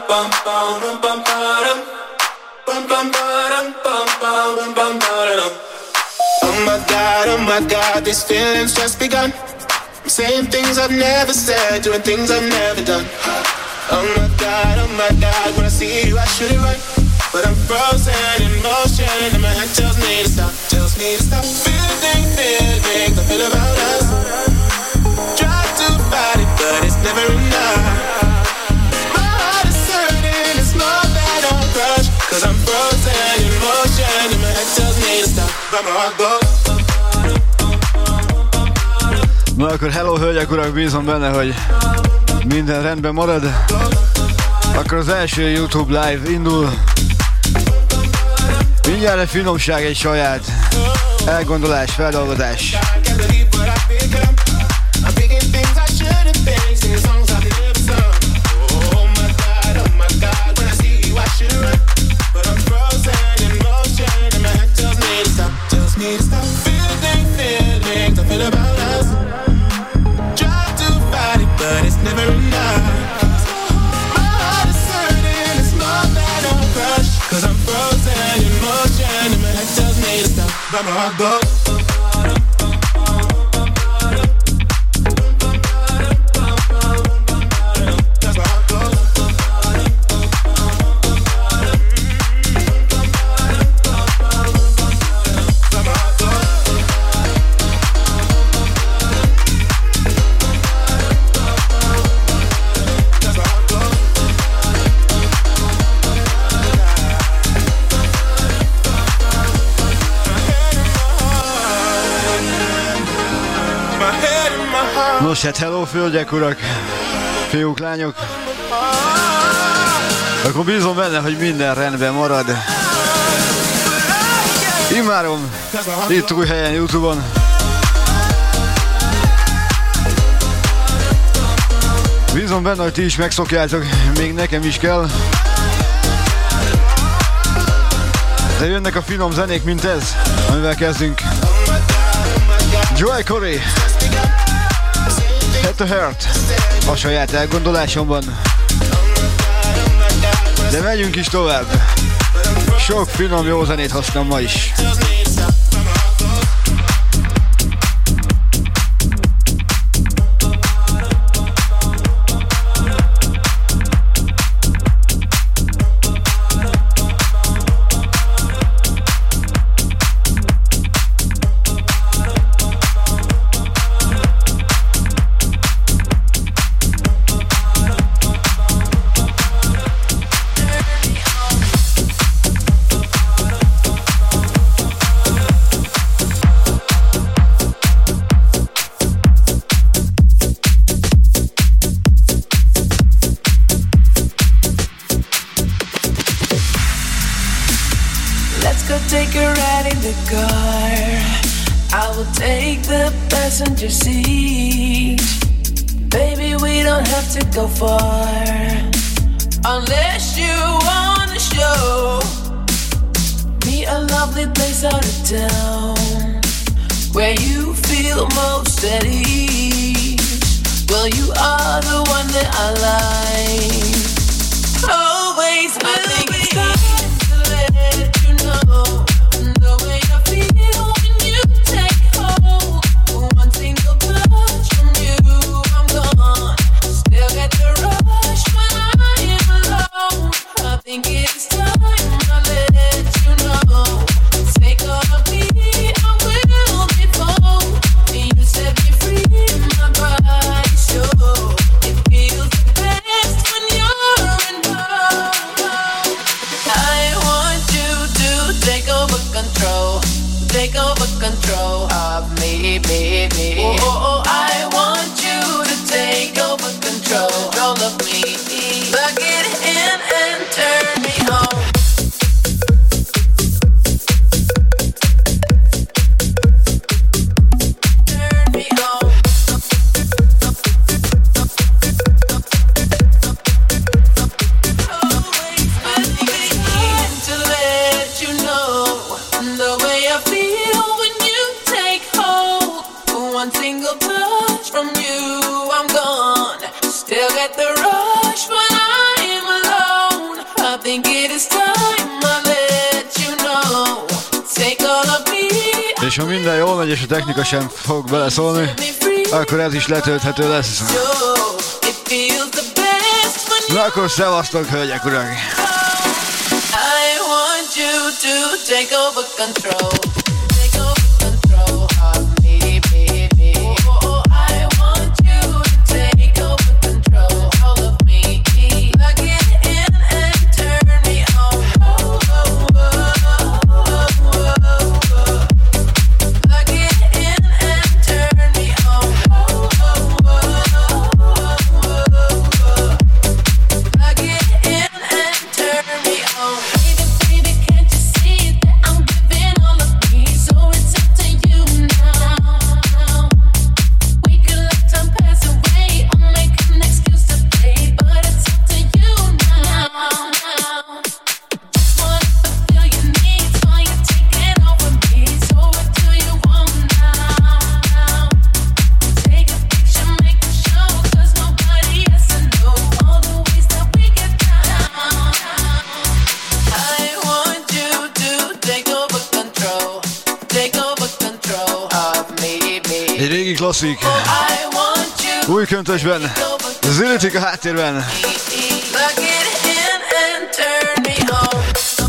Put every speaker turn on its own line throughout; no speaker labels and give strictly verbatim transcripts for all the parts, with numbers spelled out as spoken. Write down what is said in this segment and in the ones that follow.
my God, oh my God, these feelings just begun. I'm saying things I've never said, doing things I've never done. Oh my God, oh my God, when I see you I should it right, but I'm frozen in motion and my head tells me to stop, tells me to stop. Feeling, feeling, I feel about us. Try to fight it, but it's never enough. My heart is hurting, it's more than a crush, cause I'm frozen in motion and my head tells me to stop, but my heart goes.
Na akkor hello hölgyek, urak, bízom benne, hogy minden rendben marad. Akkor az első YouTube live indul. Mindjárt egy finomság, egy saját elgondolás, feldolgozás. But it's never enough. My heart is hurting, it's more than a crush, cause I'm frozen in motion and my head tells me to stop, but my heart goes. Nos, hát hello, földgyek, urak, fiúk, lányok. Akkor bízom benne, hogy minden rendben marad. Imárom itt új helyen YouTube-on. Bízom benne, hogy ti is megszokjátok, még nekem is kell. De jönnek a finom zenék, mint ez, amivel kezdünk. Joy Corey, Head to Heart, a saját elgondolásomban. De megyünk is tovább. Sok finom jó zenét hoztam ma is.
Passenger seat, baby, we don't have to go far unless you wanna show me a lovely place out of town where you feel most at ease. Well, you are the one that I like. Always will be. It's time to let you know the way I feel when you take hold. One single touch from you, I'm gone. Still get the rush when I am alone. I think it's time I let you know. Take of me, I will be bold. And you set me free, my body show. It feels the best when you're involved. I want you to take over control. Take over control of me, me, me. Oh, oh, oh, I want you to take over control, control of me. Plug it in and turn me on. Turn me on. Always waiting to let you know the way I feel when you take hold. One single touch from you, I'm gone. Still get the rush when I am alone. think it is time I let you know. Take all of me.
És ha minden jól megy és a technika sem fog beleszólni, akkor ez is letölthető lesz. Na akkor szevasztok, hölgyek, urak!
I want you to take over control. Take over control of me, baby. Oh, I want you to take over control all of me. Plug it in and turn me on. Oh, oh, oh, oh, oh, oh. Plug it in and turn me on. Oh, oh, oh, oh, oh. Plug it in and turn me on. Baby, baby, can't you see that I'm giving all of me? So it's up to you now. We could let time pass away or make an excuse to play, but it's up to you now. Just wanna fulfill your needs while you're taking over me. So what do you want now? Take a picture, make a show, 'cause nobody has to know all the ways that we get down. I want you to take over control, take over control of me, baby.
Egy régi klasszik,
I want you
új köntösben,
to take over
zülítik a háttérben.
me. Plug it in and turn me on.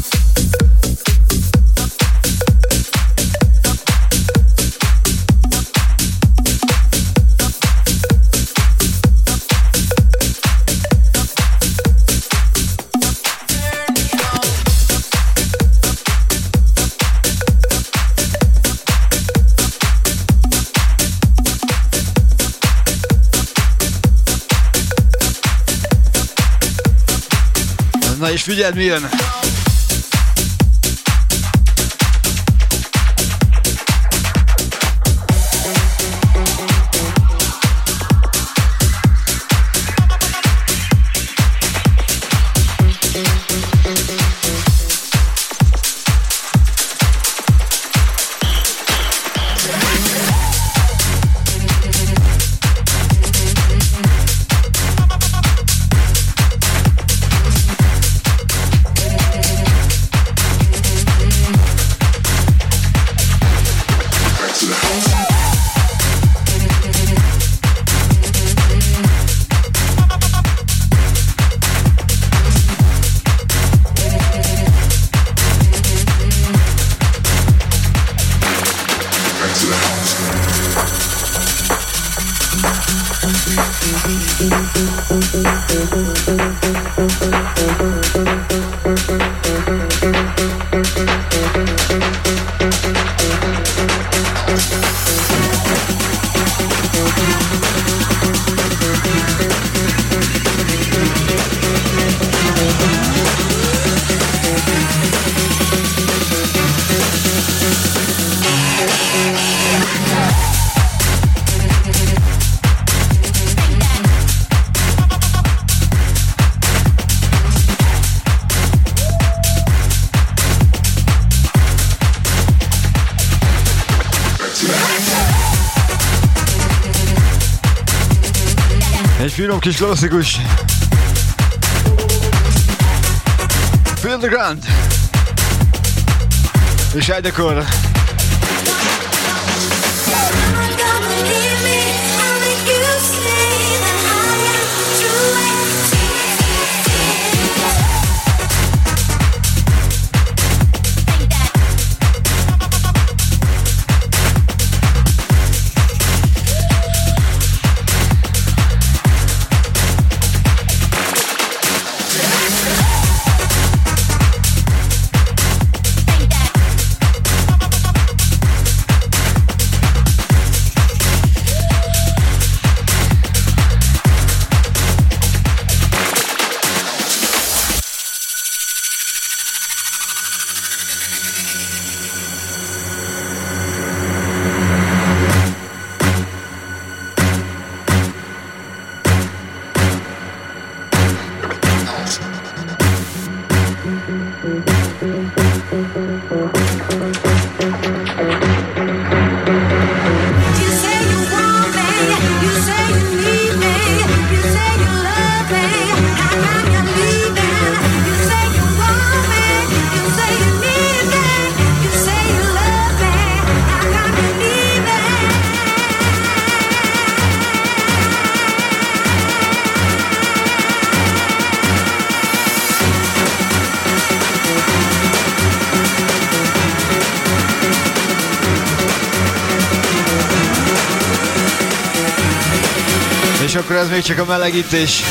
Na és figyeld, mi jön! Egy finom kis klasszikus. Feel the ground. És egykor. És akkor ez még csak a melegítés.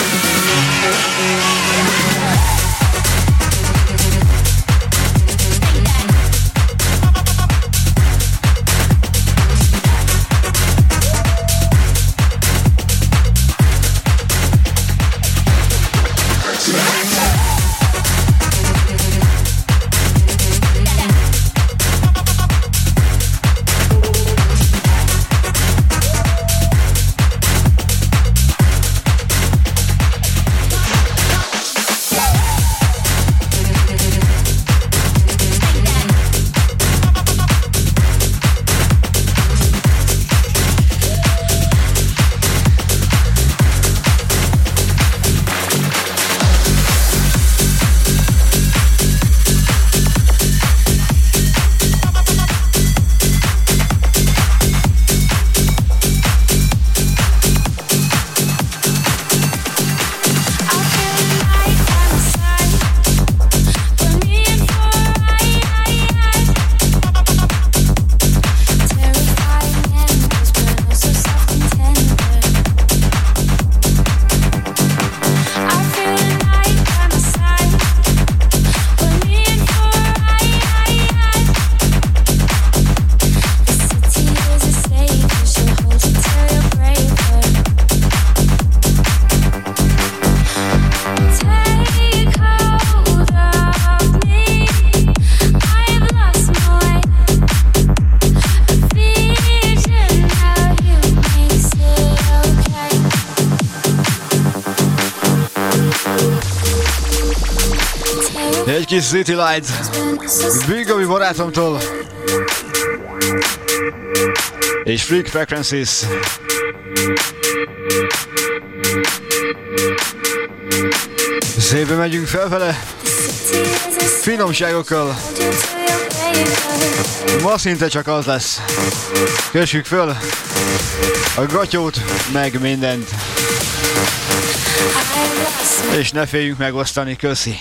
Egy kis City Lights Bűgavi barátomtól és Freak Frequencies. Szépen megyünk felfele finomságokkal. Ma szinte csak az lesz. Kössük föl a gatyót, meg mindent. És ne féljünk megosztani, köszi.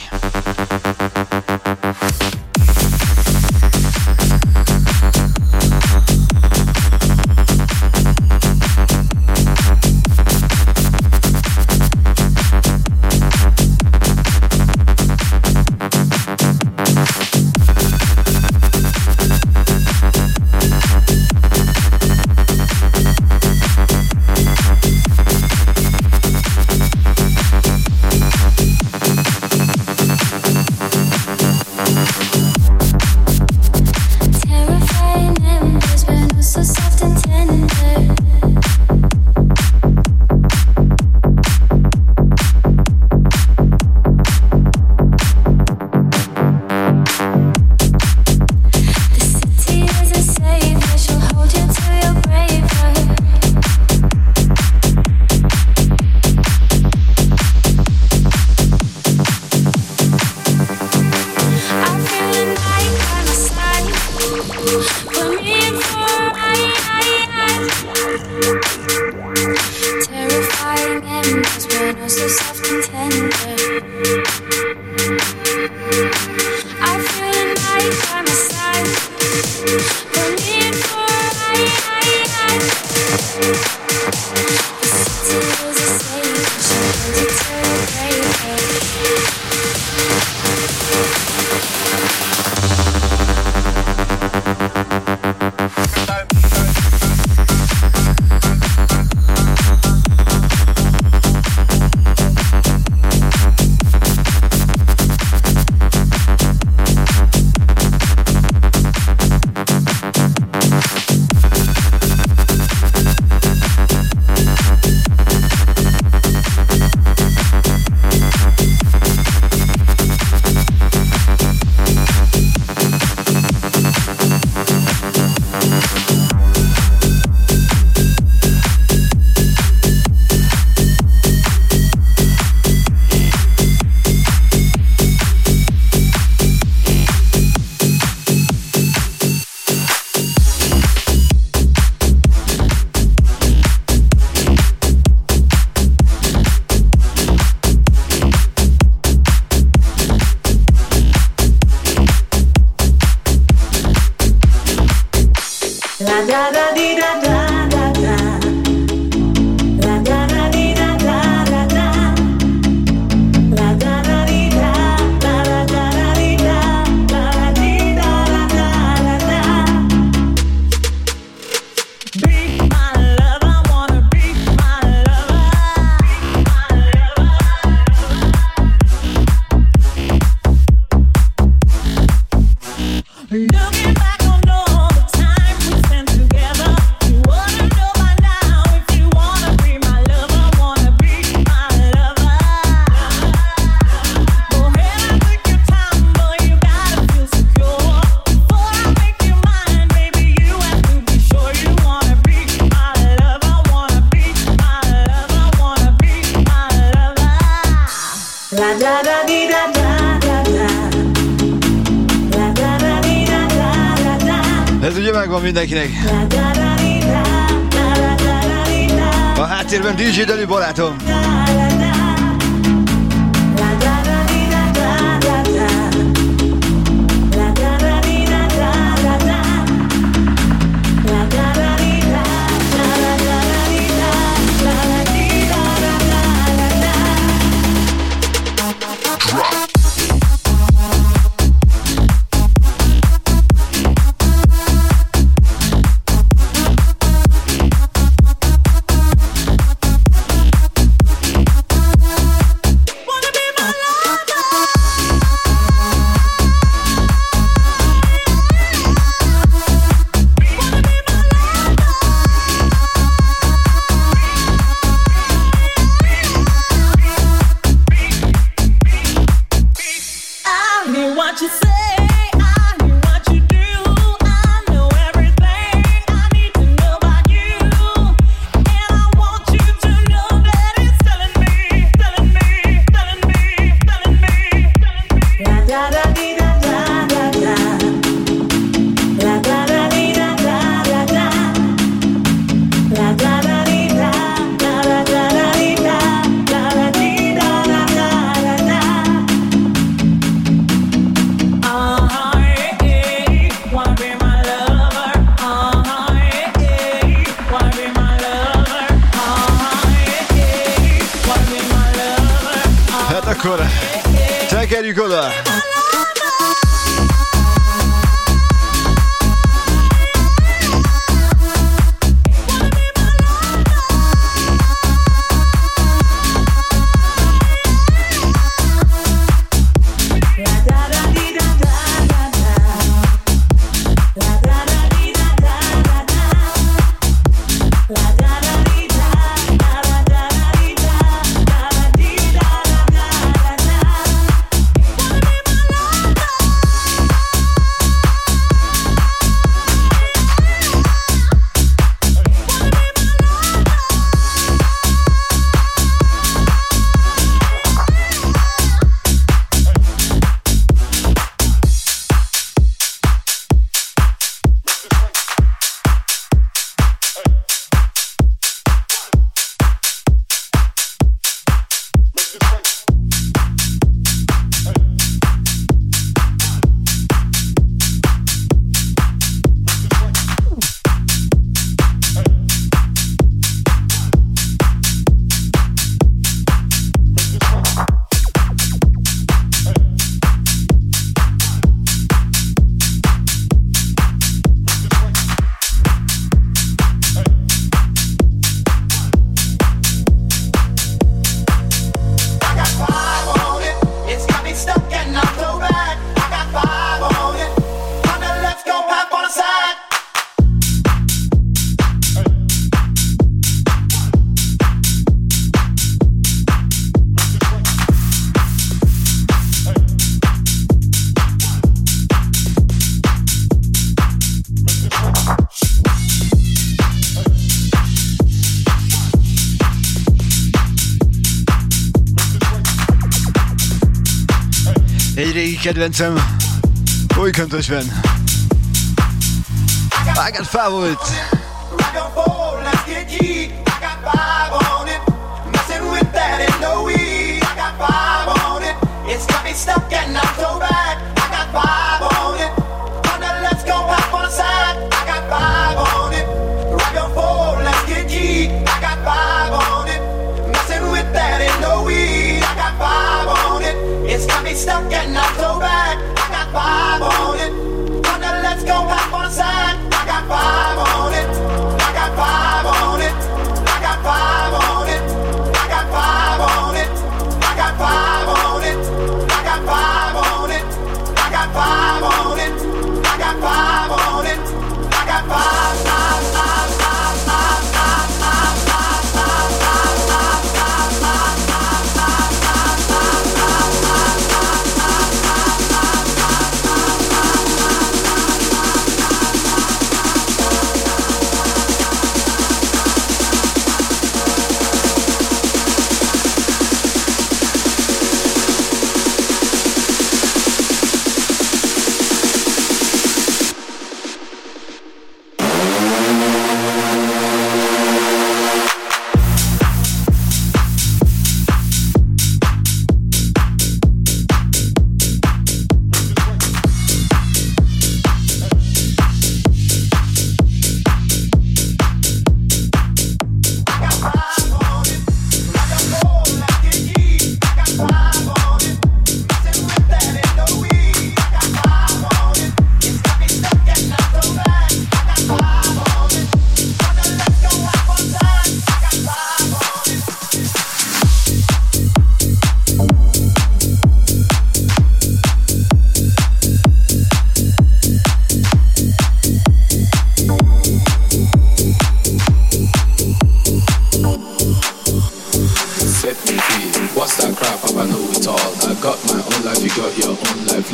Ez ugye megvan mindenkinek. A háttérben dé dzsé Deli barátom. Egy régi kedvencem, új köntösben. I got five of it.
It's got me stuck and I'm so bad. I got five on it. Wonder, let's go back on the side. I got five on it. Grab your phone, let's get geek. I got five on it. Messing with that ain't no weed. I got five on it. It's got me stuck and I'm so bad. I got five on it. Wonder, let's go back on the side. I got five on it.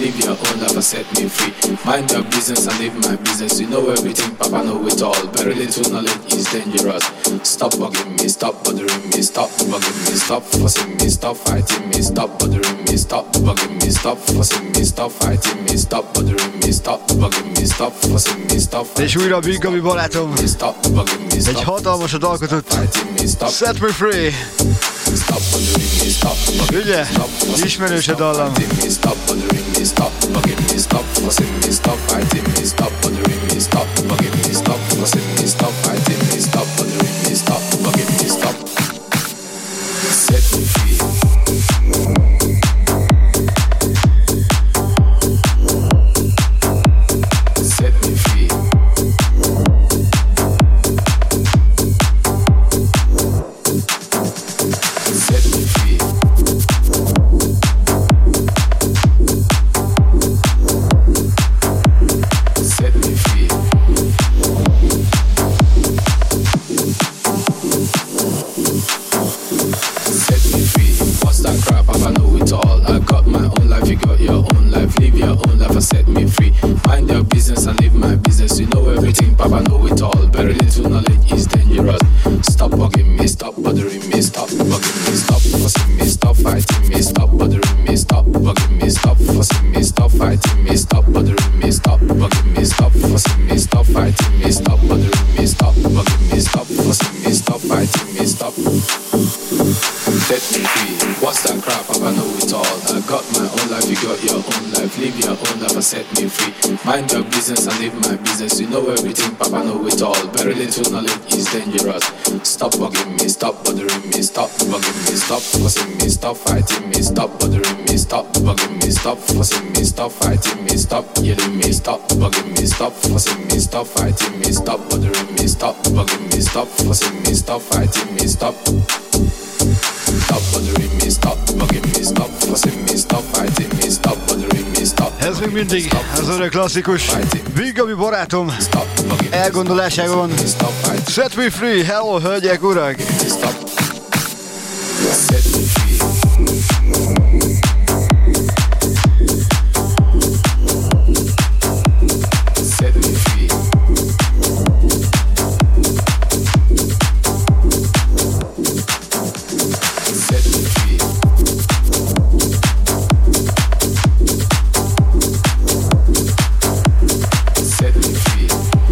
live your own life and set me free. Mind your business and live my business. You know everything, Papa know it all. Very little knowledge is dangerous. Stop bugging me, stop bothering me, stop bugging me, stop fussing me, stop fighting me, stop bothering me, stop bugging me, stop fussing me, stop fighting me, stop bothering me, stop bugging me, stop fussing me, stop fighting me.
És újra Big Gabi barátom. Egy hatalmasat alkotott. Set me free. Ugye? Ismerős a dallam.
Stop bothering me, stop bugging me, stop fussing me, stop fighting me, stop bothering me, stop bugging me, stop fussing me, stop fighting me, stop bothering me, stop bugging me, stop. Set me free. Set me free. Set me free. Set me free. Set me free. What's that crap? I know it all. I got my own life, you got your own life. Live your own life and set me free. Mind your business and live my business. You know everything, Papa know it all. Very little knowledge is dangerous. Stop bugging me, stop bothering me, stop bugging me, stop fussing me, stop fighting me, stop bothering me, stop bugging me, stop fussing me, stop fighting me, stop bothering me, stop bugging me, stop fussing me, stop fighting me, stop bothering me, stop bugging me, stop fussing me, stop fighting me, stop. Set me free. What's that crap? I know it all. I got my own life, you got your own life. Live your own life and set me free. Mind your business and live my business. You know everything, Papa know it all. Very little knowledge is dangerous. Stop bugging me, stop bothering me, stop bugging me, stop fussing me, stop fighting me, stop bothering me, stop bugging me, stop fussing me, stop fighting me, stop yelling me, stop bugging me, stop fussing me, stop fighting me, stop bothering me, stop bugging me, stop fussing me, stop fighting me, stop. Stop bothering me, stop bugging me, stop fussing me, stop fighting me, stop bothering me, stop.
Ez még mindig az öreg klasszikus Big Gabi barátom elgondolásában. Set me free, hello hölgyek, urak!
Set me free. Set me free. Set me free. Set me free.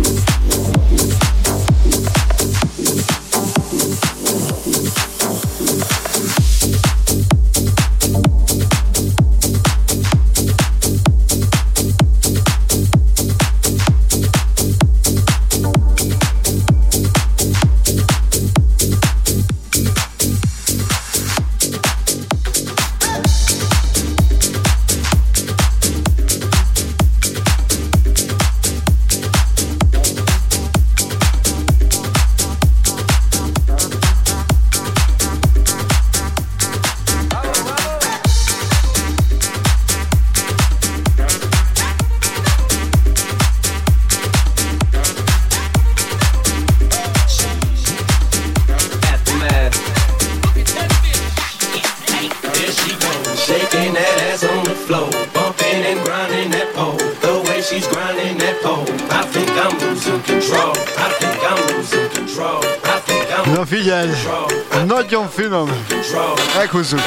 Na figyelj, nagyon finom, meghúzzuk.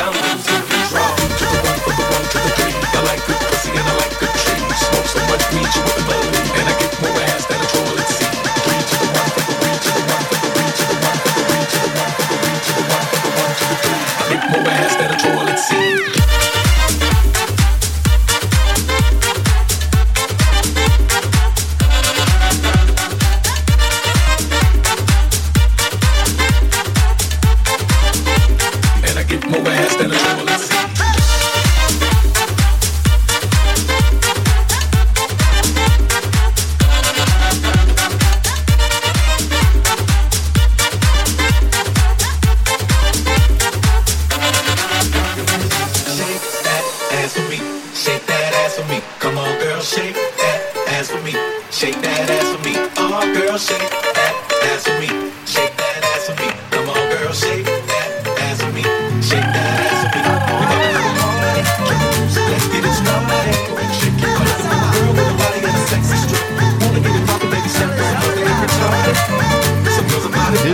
Shake that ass for me. Let's get it started.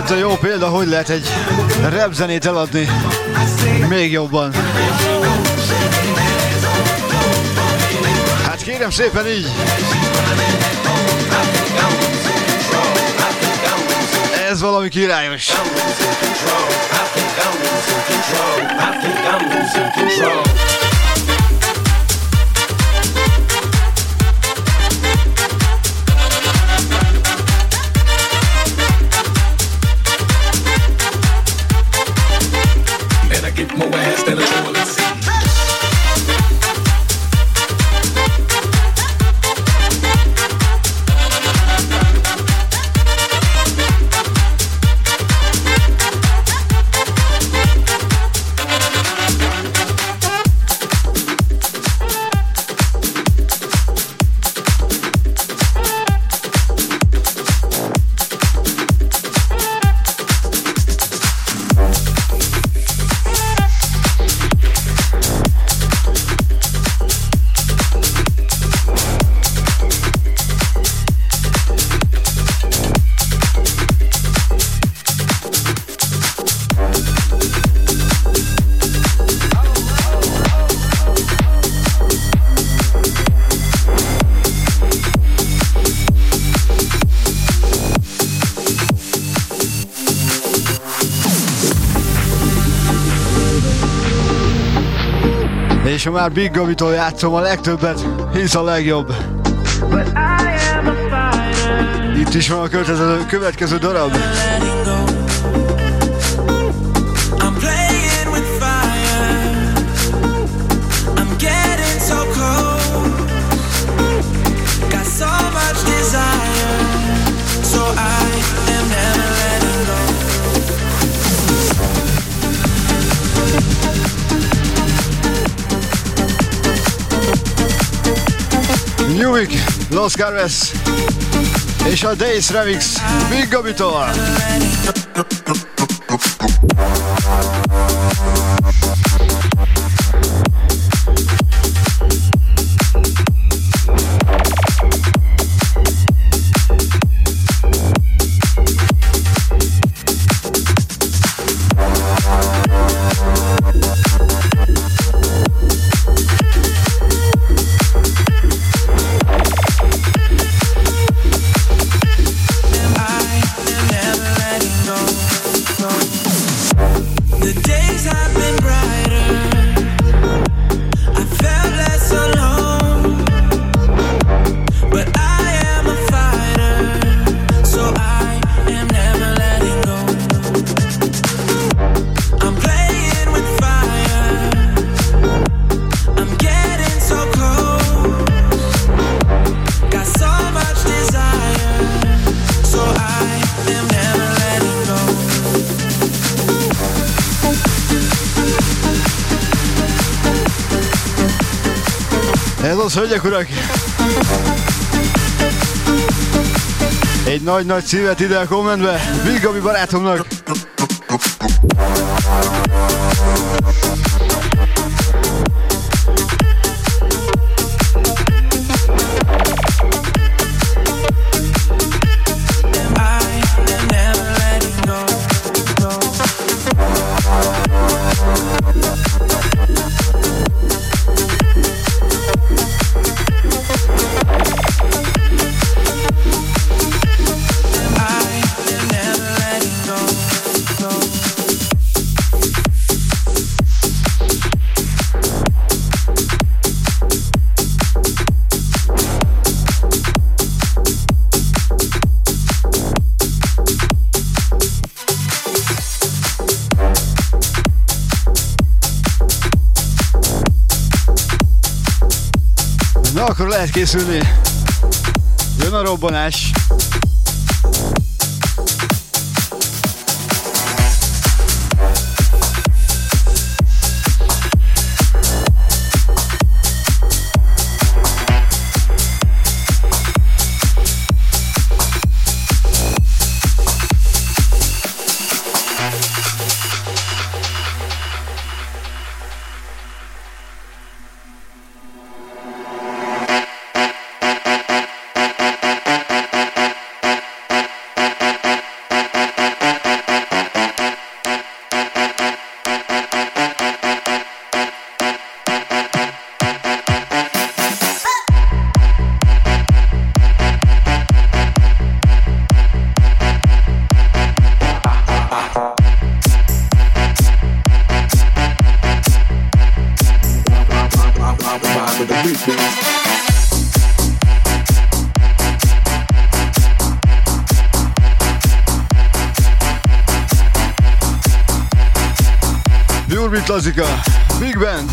Ez a jó példa, hogy lehet egy rap zenét eladni még jobban. Hát kérem szépen így. Ez valami királyos. És ha már Big Gabitól játszom a legtöbbet, hisz a legjobb. Itt is van a következő, következő darab. Newik, Los Carves és a Days Remix Big Gabitól. Ez az, hölgyek, urak! Egy nagy-nagy szívet ide a kommentbe, Big Gabi barátomnak! Na, akkor lehet készülni. Jön a robbanás. Beat Lazika, Big Band.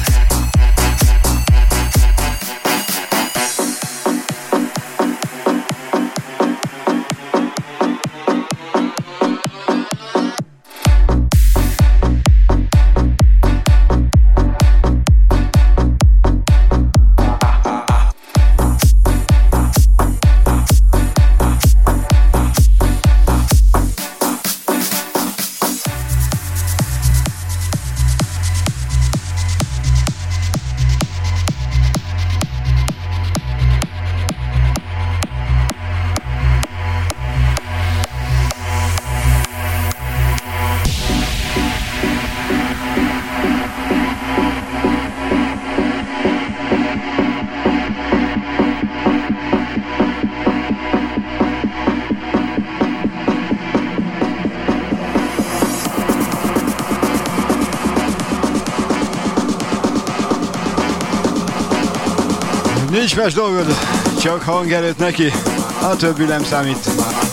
Nincs más dolgod, csak hangerőt neki, a többi nem számít.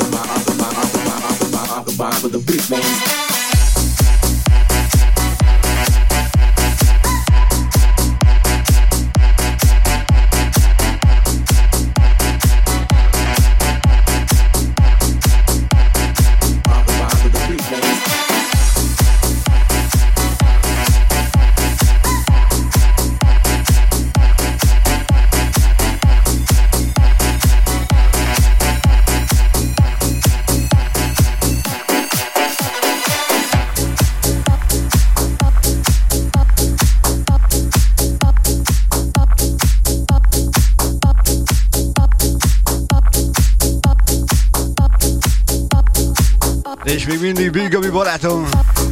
És még mindig Big Gabi barátom.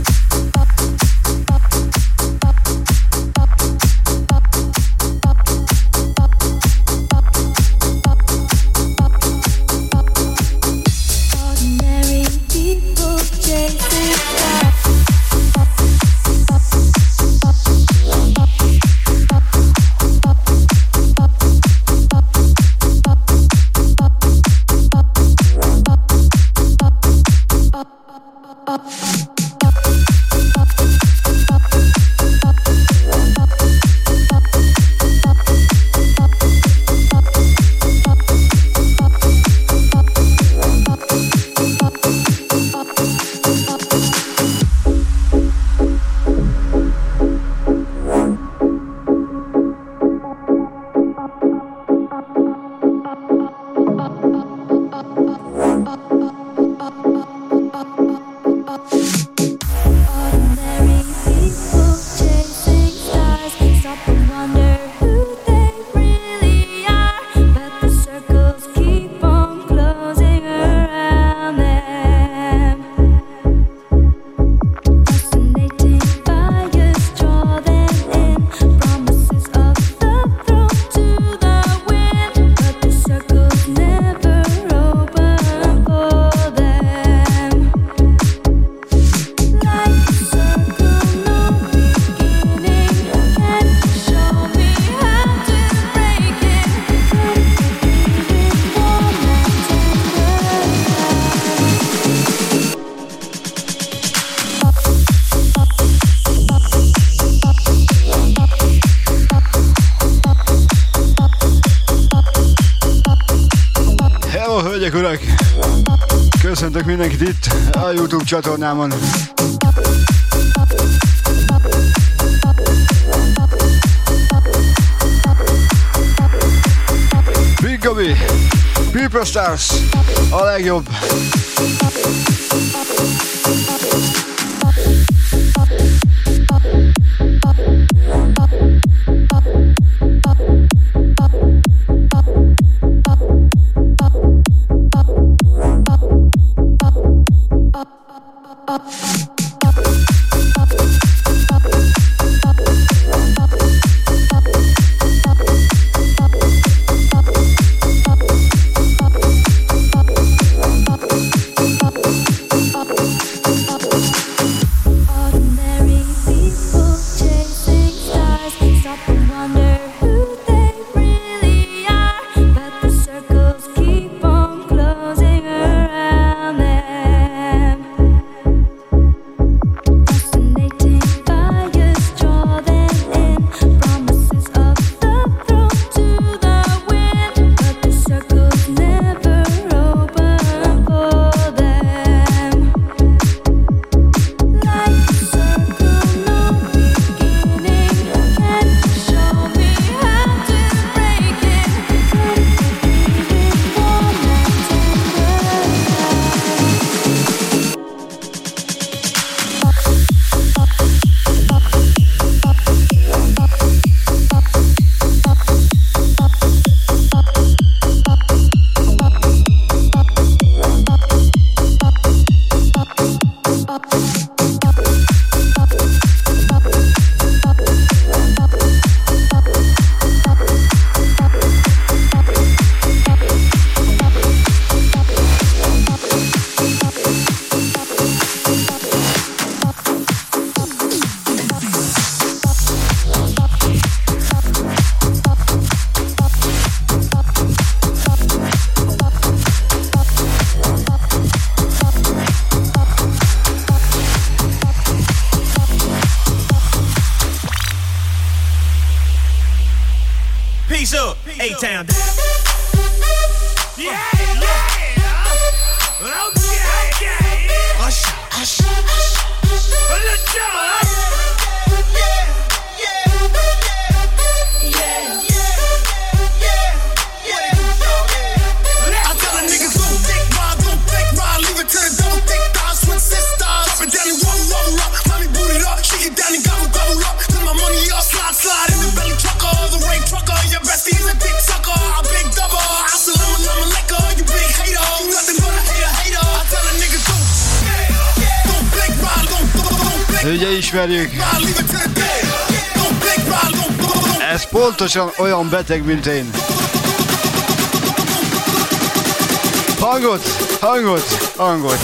Urak! Köszöntök mindenkit itt a YouTube csatornámon. Big Gabi, People Stars, a legjobb.
Peace up, A-Town. Yeah, yeah. Okay, okay. Hush, hush, hush. Let's go.
Slide in the belly trucker, the rain trucker, your bestie's a dick sucker. I big double, I said I'm a lemon liquor, you big hater, you nothing but a hater, hater. I tell a nigga don't, don't blink, ride, don't, don't blink.
Ugye ismerjük. Ez pontosan olyan beteg, mint én. Hangot, hangot, hangot.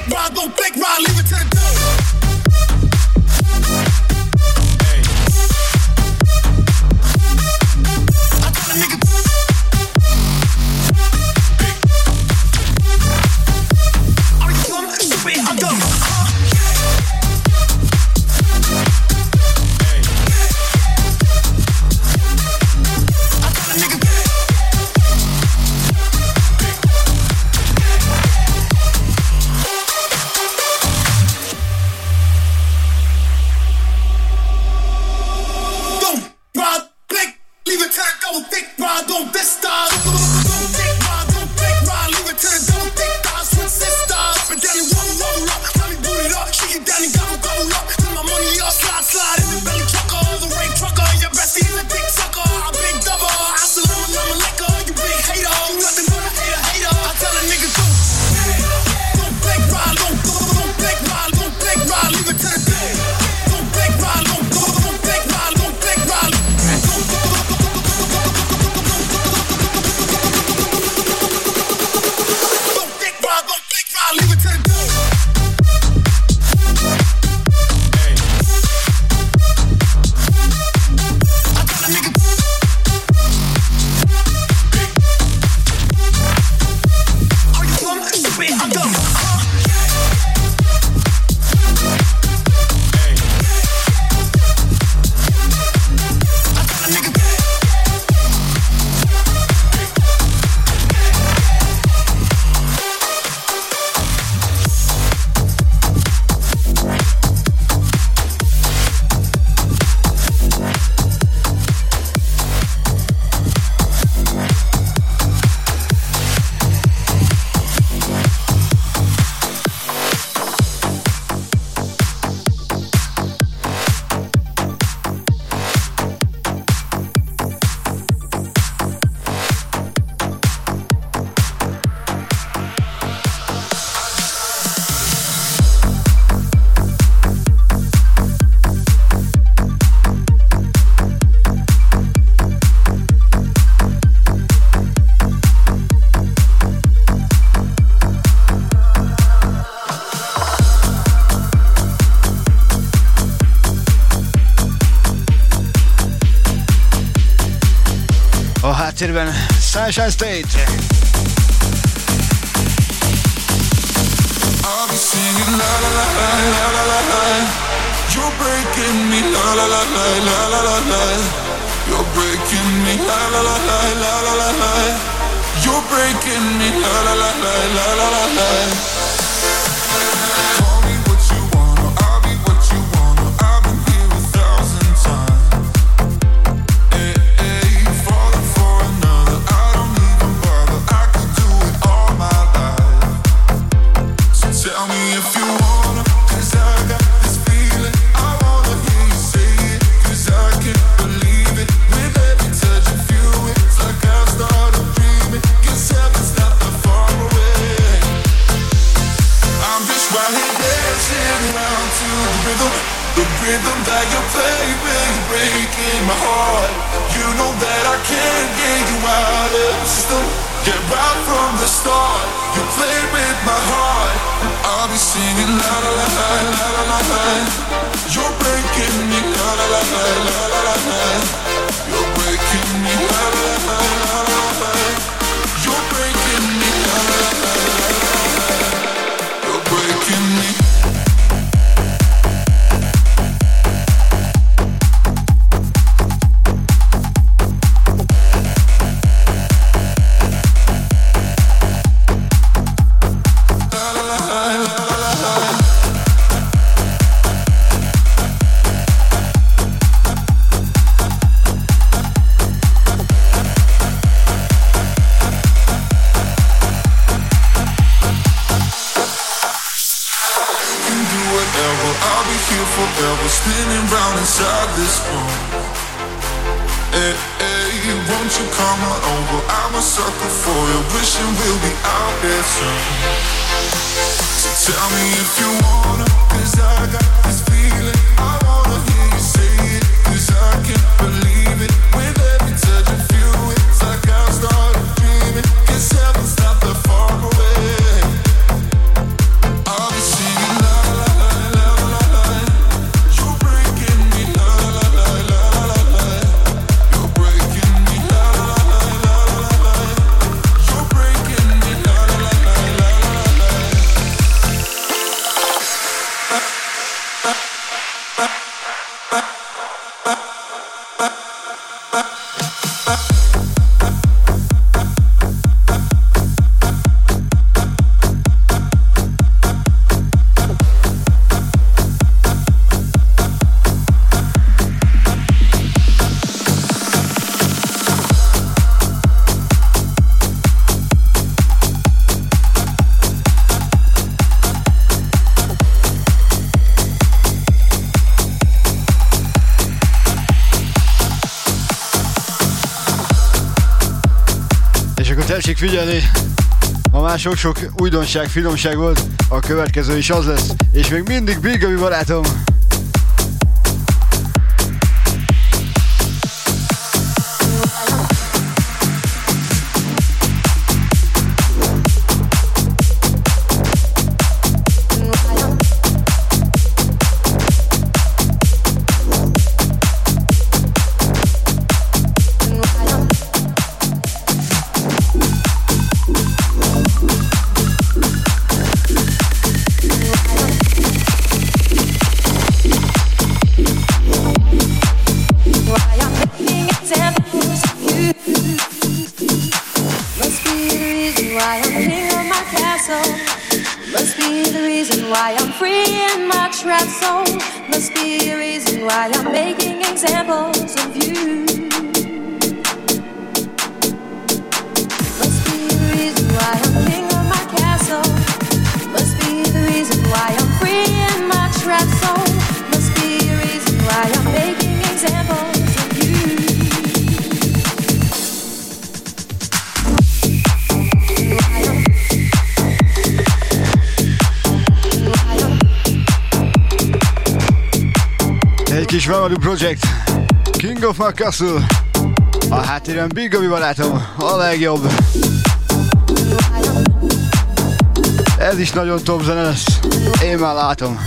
Háttérben Sunshine State.
I'll be singing la la la la la la la. You're breaking me la la la la la la la la. You're breaking me la la la la la la la la. You're breaking me la la la la la la la la. forever. I'll be here forever, spinning round inside this room. Hey, hey, won't you come on over? I'm a sucker for you, wishing we'll be out there soon. So tell me if you wanna, cause I got this feeling. I wanna hear you say it, cause I can't believe it. With every touch of you, it's like I started dreaming. Cause heaven's not that far away. I'll be singing la la la la la la. You're breaking me la la la la la la. You're breaking me la la la la la la. You're breaking me la la la la la la.
Tessék figyelni! Ma már sok-sok újdonság, finomság volt, a következő is az lesz, és még mindig Big Gabi barátom! Kis Mamadou Project, King of My Castle, a háttéren Big Gabi barátom, a legjobb. Ez is nagyon top zene lesz, én már látom.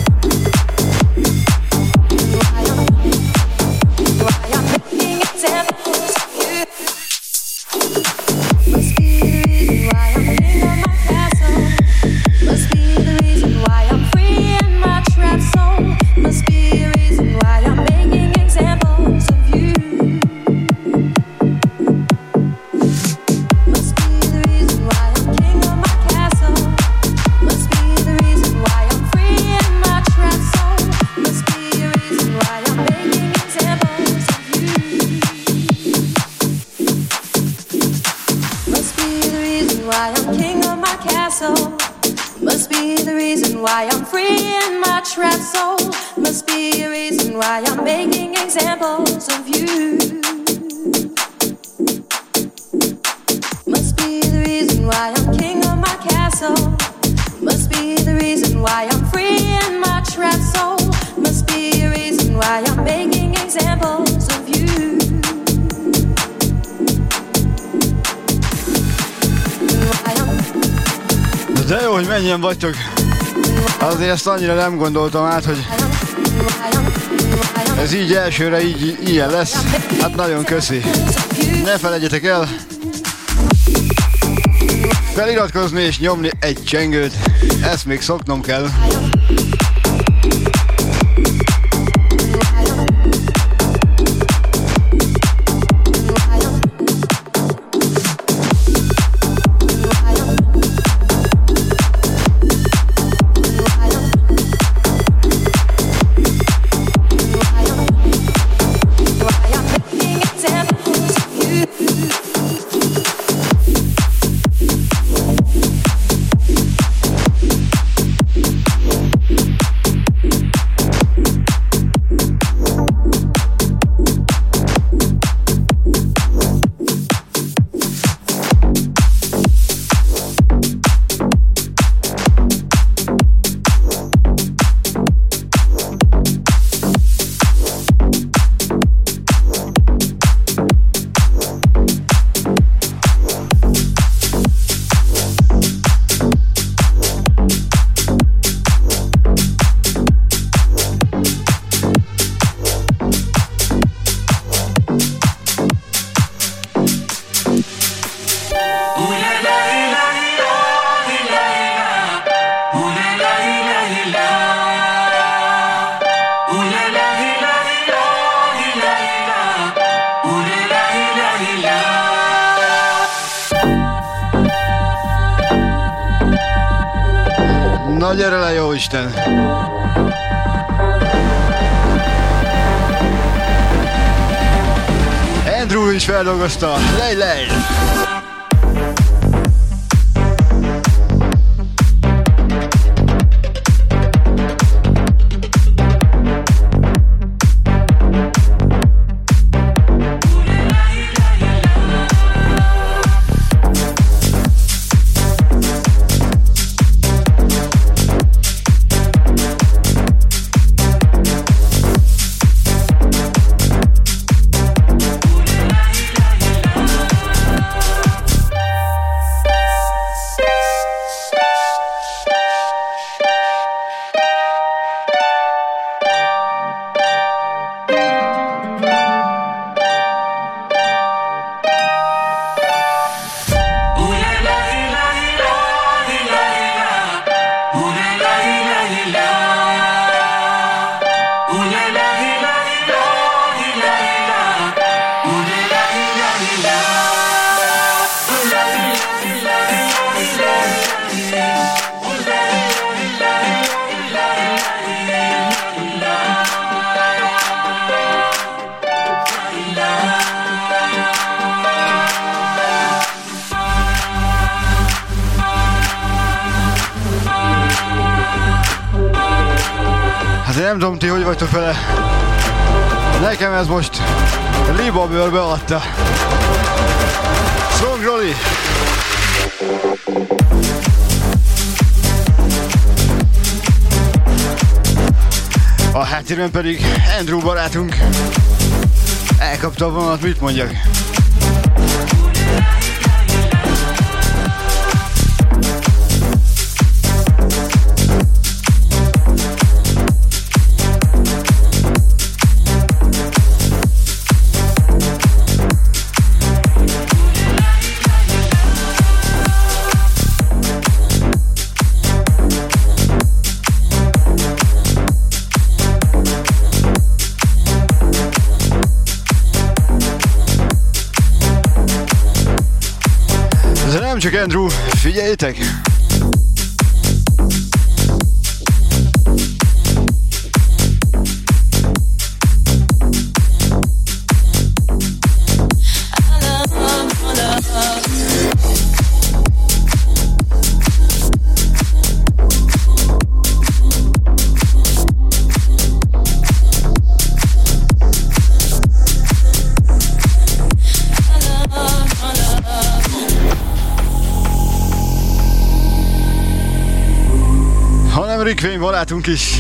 De jó, hogy mennyien vagytok. Azért ezt annyira nem gondoltam át, hogy ez így elsőre így ilyen lesz. Hát nagyon köszi. Ne felejtjetek el feliratkozni és nyomni egy csengőt. Ezt még szoknom kell. Na gyere le, jó Isten! Andrew is feldolgozta, lej, lej! Nem tudom ti, hogy vagytok vele. Nekem ez most libabőrbe adta. Song Rolly! A háttérben pedig Andrew barátunk elkapta a vonalat, mit mondjak. Nem csak Andrew, figyeljétek! Rick Wayne barátunk is.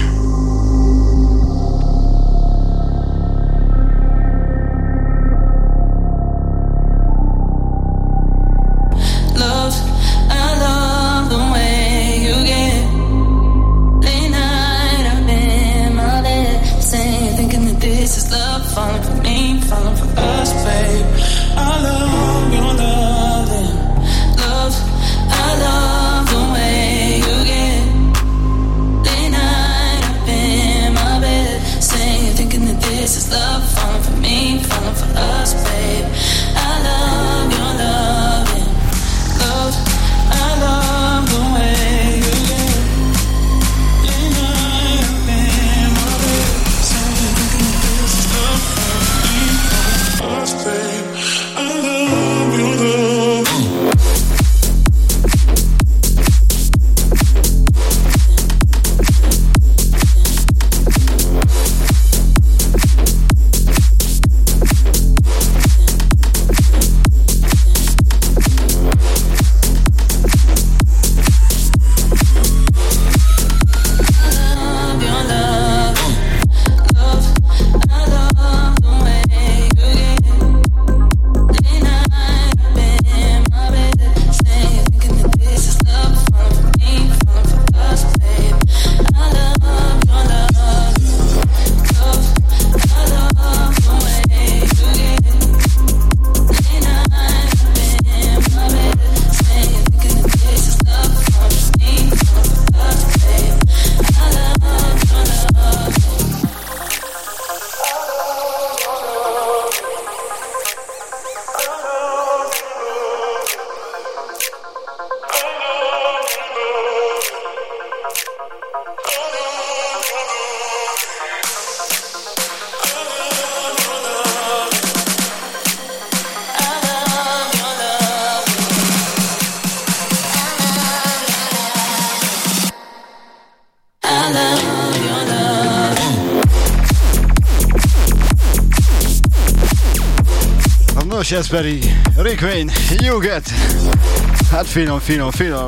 Nos, ez pedig Rick Wayne, You Get. Hát finom, finom, finom.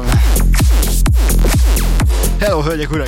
Hello, hölgyek, urak!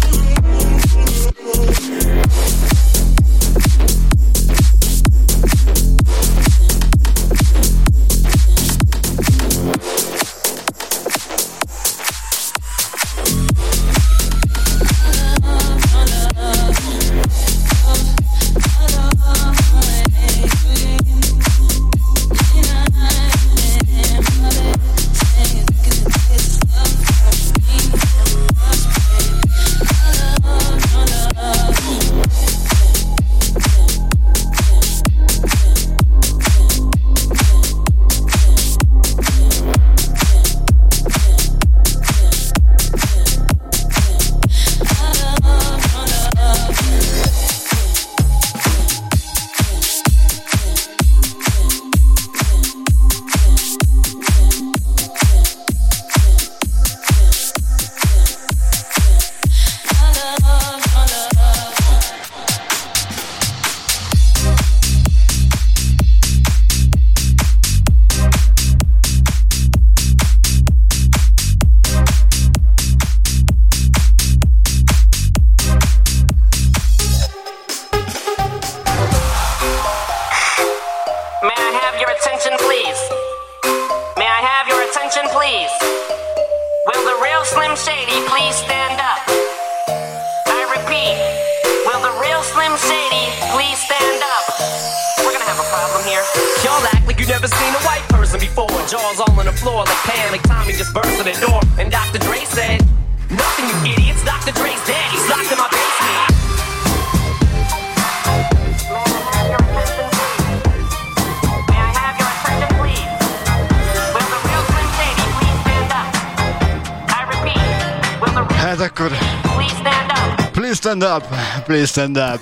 Stand up, please stand up.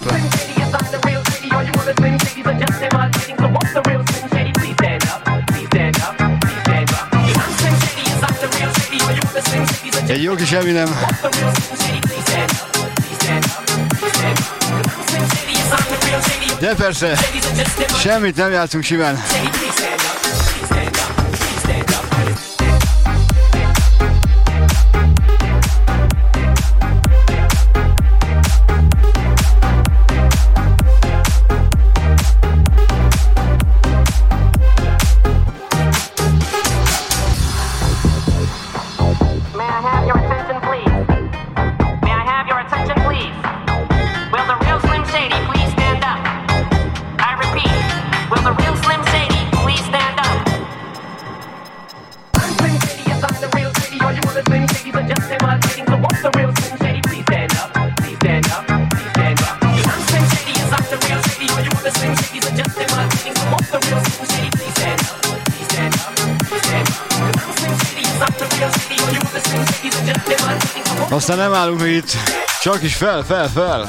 Egy jó kis Eminem. De persze, semmit nem játszunk simán. Aztán nem állunk még itt, csak is fel, fel, fel.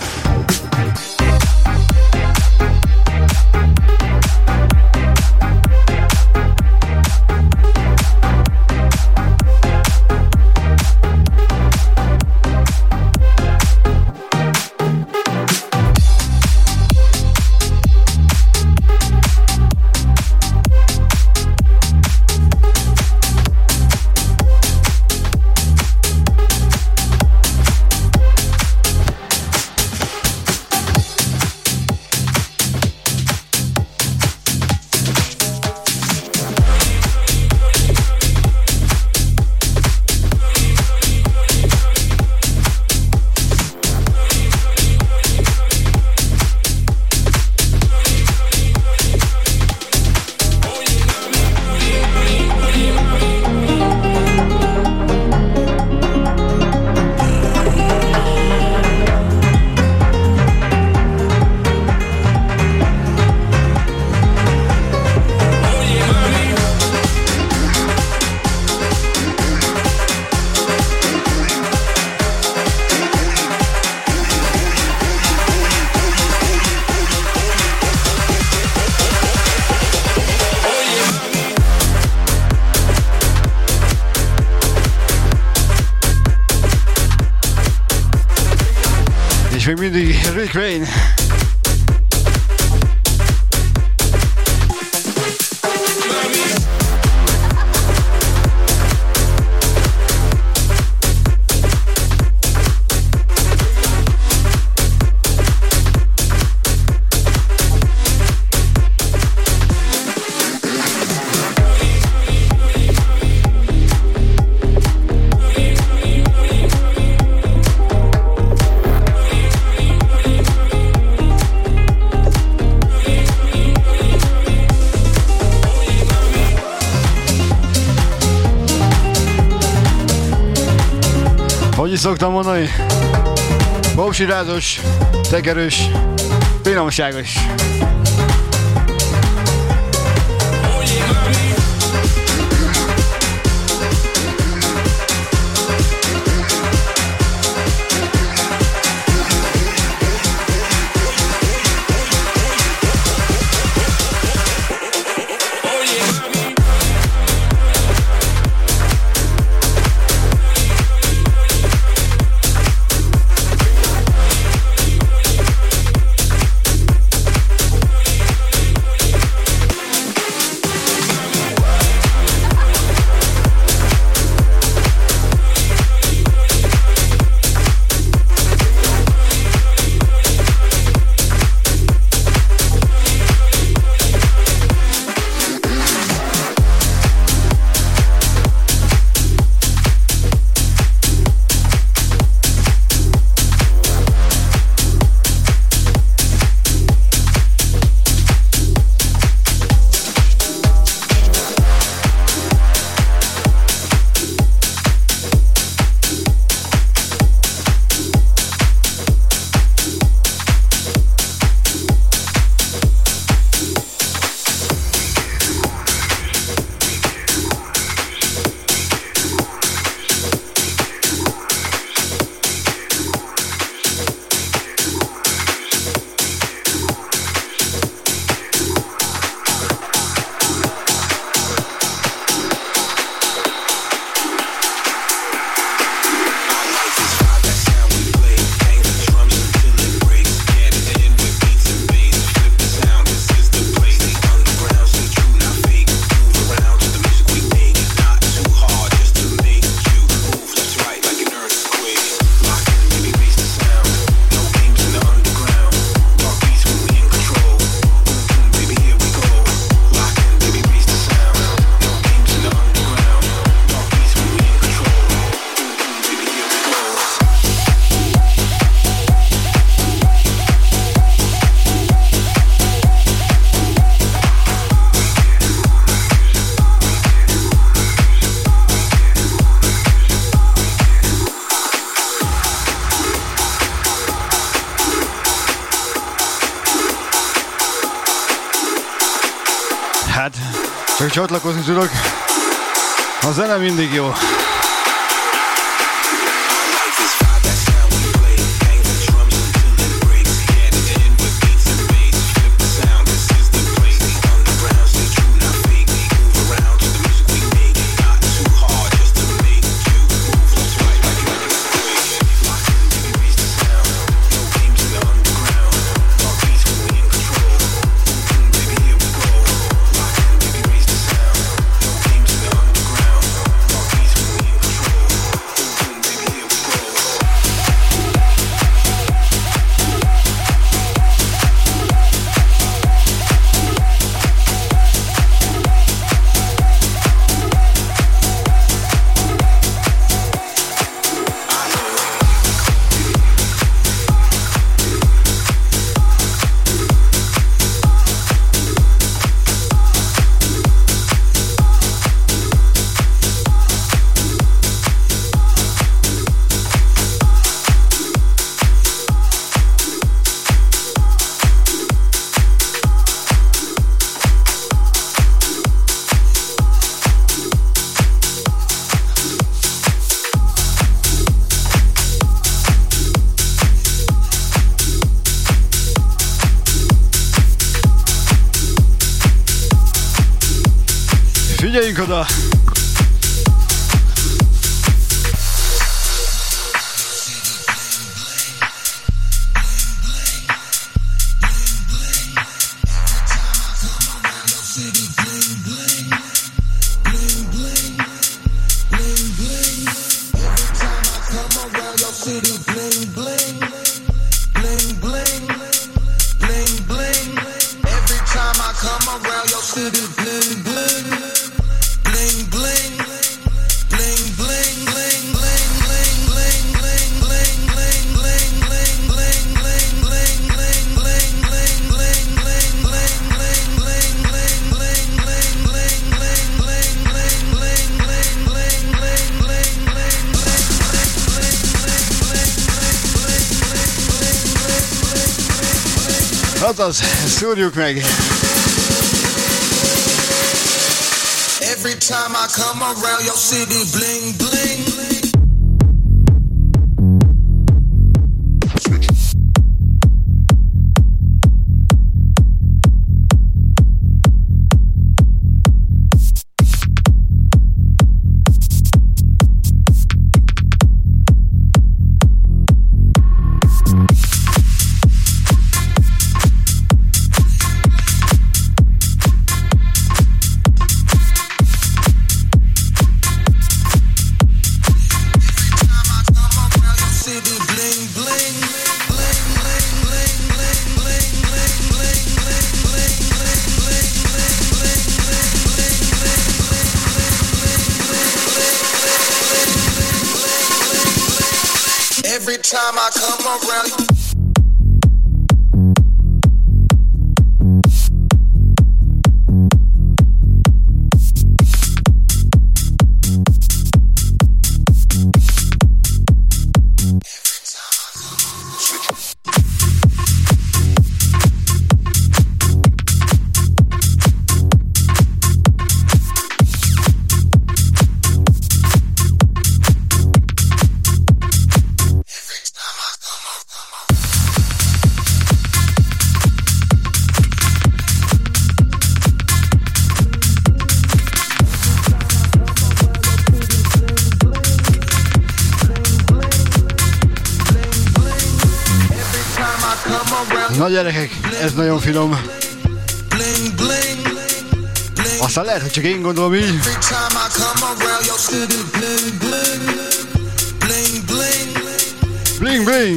És még mindig Rick Wayne. is szoktam mondani? Popsirázos, tekerős, finomságos. Csak csatlakozni tudok. A zene mindig jó. Figyeljünk oda!
Bling, bling.
Azaz, szúrjuk meg!
Every time I come around your city, bling bling. Every time I come around you.
Na gyerekek, ez nagyon finom. Aztán lehet, hogy csak én gondolom így. Bling bling.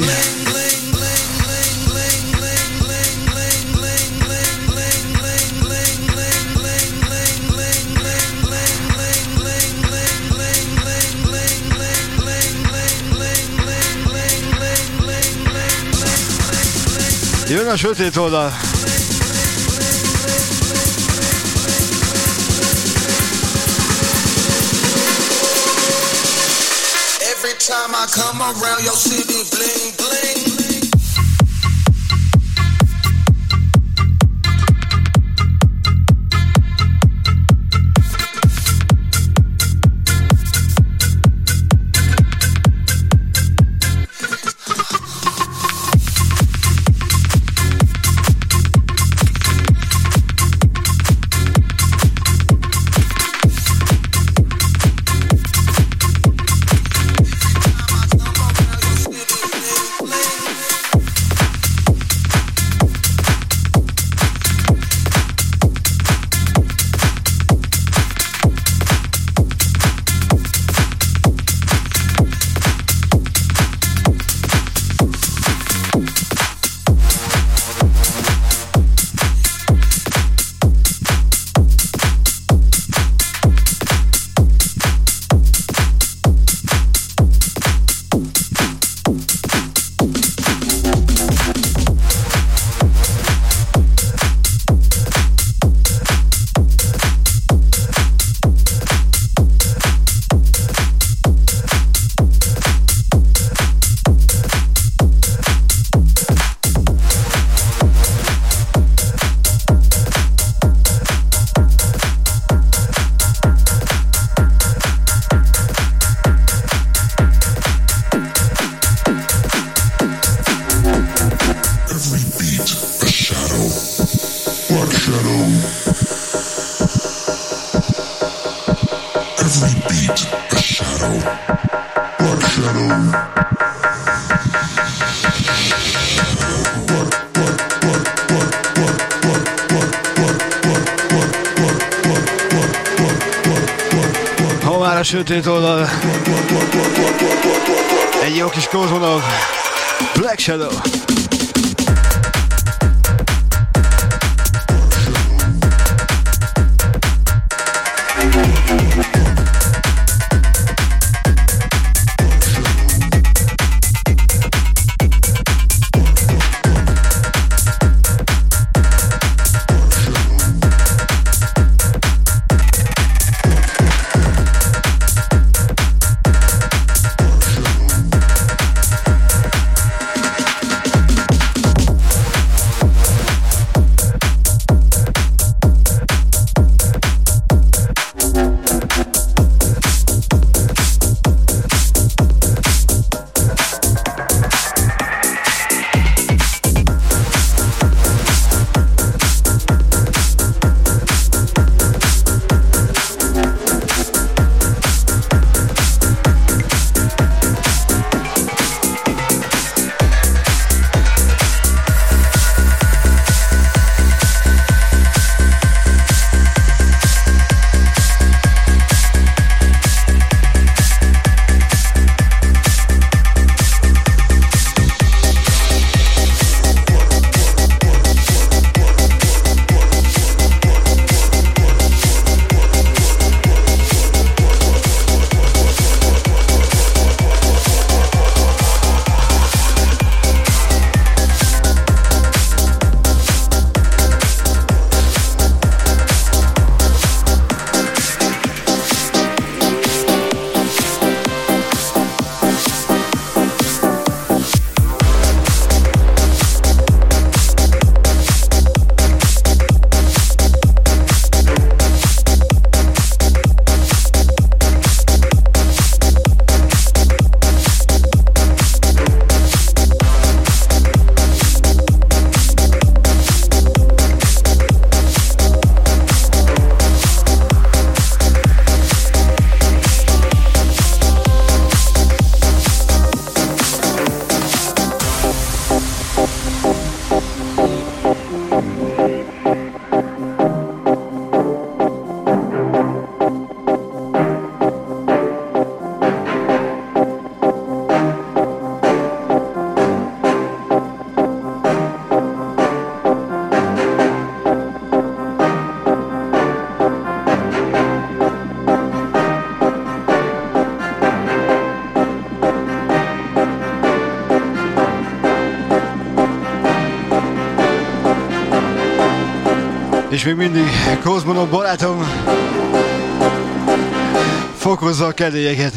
Jön a sötét oldal.
Every time I come around your city, bling bling.
Sötét oldal. Egy jó kis Kozmonov. Black Shadow. És még mindig Kozmonov barátom fokozza a kedélyeket.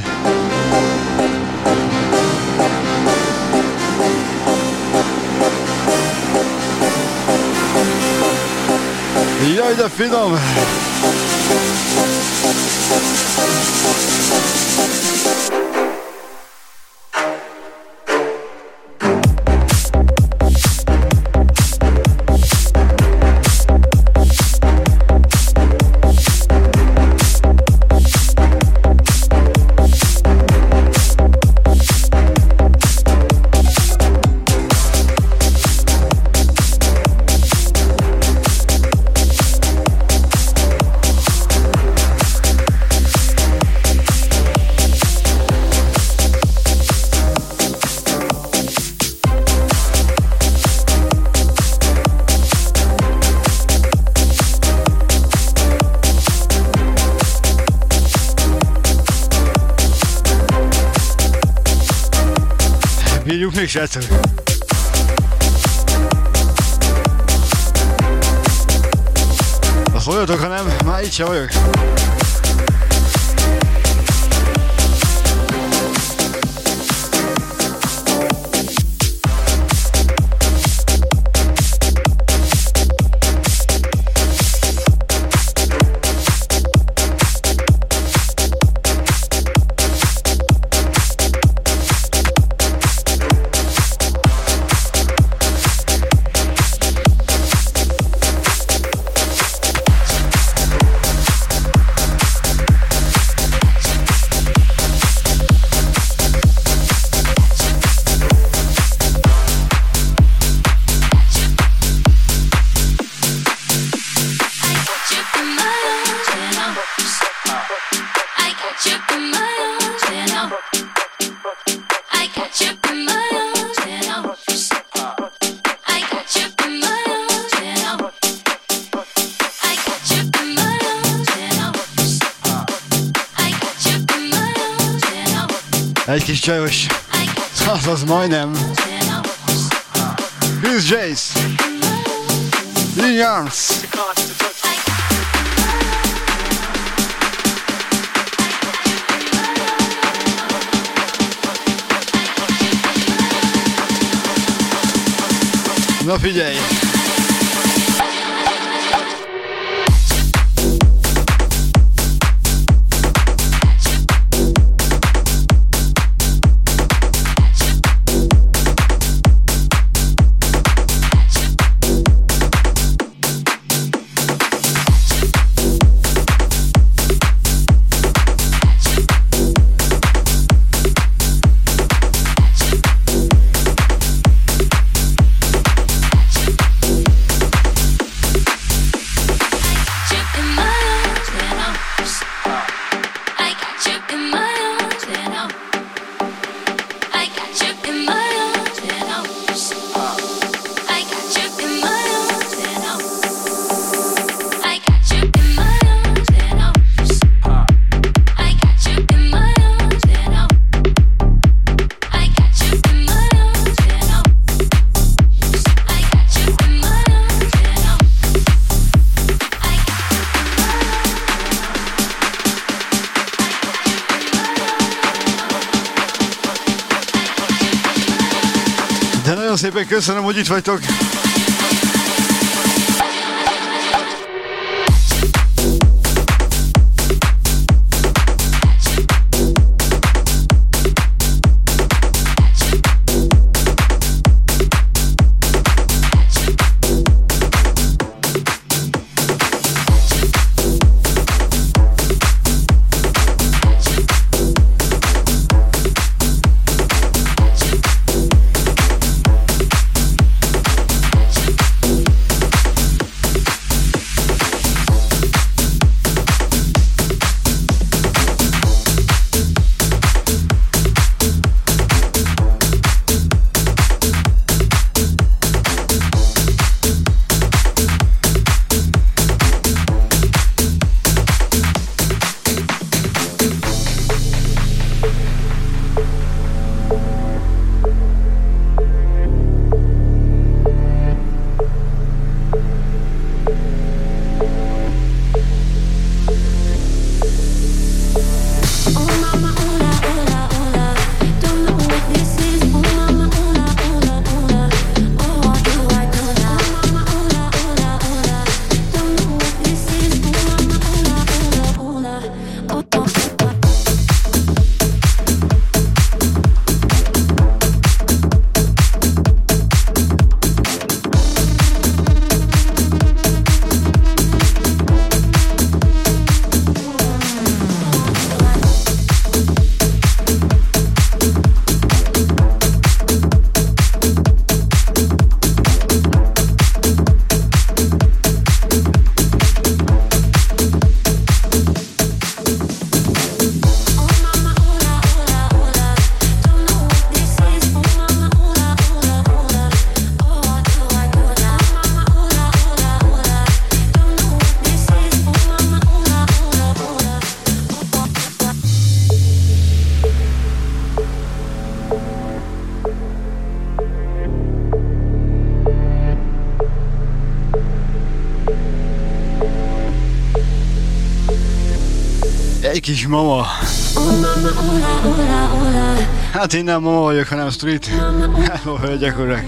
Jaj, de finom! Bírjuk még, srácok! Azt olyatok, ha nem, már itt sem vagyok. Egy kis csajos, azaz majdnem. Here's Jace, in arms. Na figyelj! Szépen köszönöm, hogy itt vagytok. Egy kis mama. Hát én nem mama vagyok, hanem street. Hello, hölgyek, urak.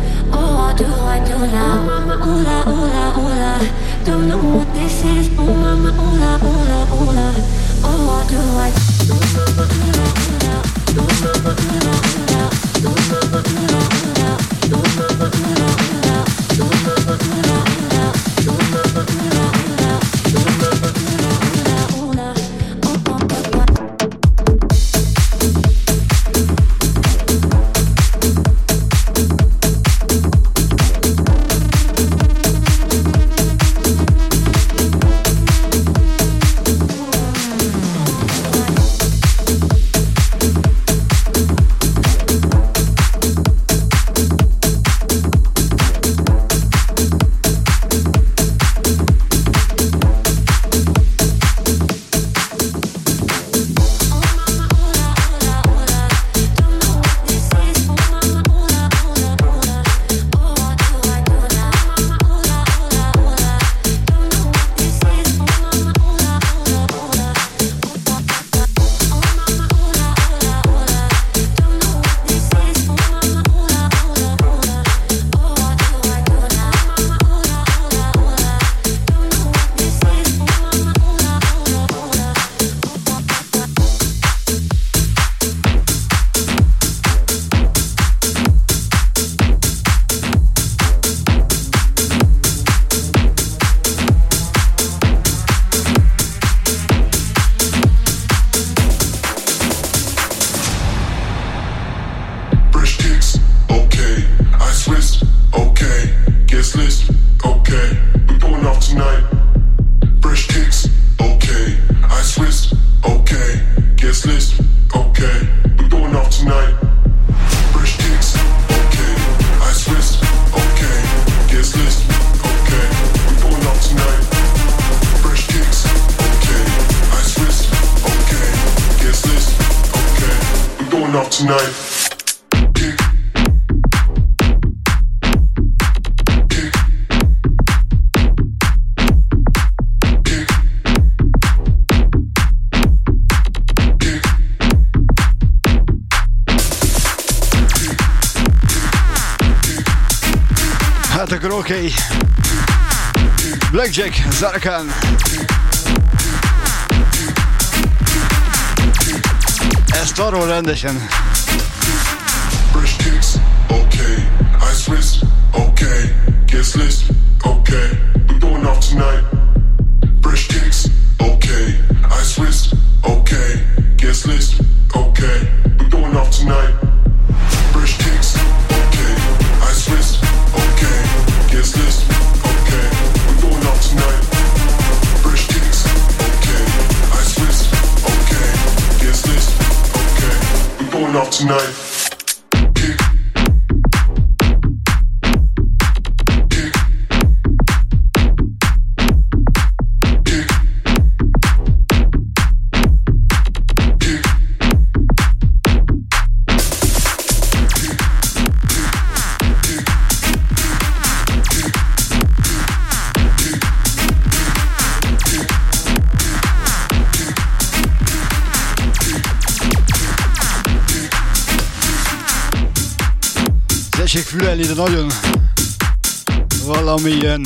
Don't know what this is, oh mama, oola, oola, oola. Oh, what do I do, mama, oola, oola. Do mama, oola, oola. Do mama, oola, oola. Do mama, oola, oola. Do mama, oola, oola. Do mama, oola, oola. Do mama, oola, oola, oola. Oh, oh, oh, oh.
Oké. Okay. Blackjack, Zarkan. Ezt arról rendesen.
Fresh kicks, okay. Ice wrist, okay. Guest list, okay. We're going off tonight. Fresh kicks, okay. Ice wrist, okay. Guest list, okay. We're going off tonight. Fresh kicks, okay. Ice wrist, okay. Guest list, okay. We're going off tonight. Fresh kicks, okay. Ice wrist, okay. Guest list, okay. We're going off tonight. Kick. Kick. Kick. Kick.
Tessék fülelni, de nagyon valamilyen.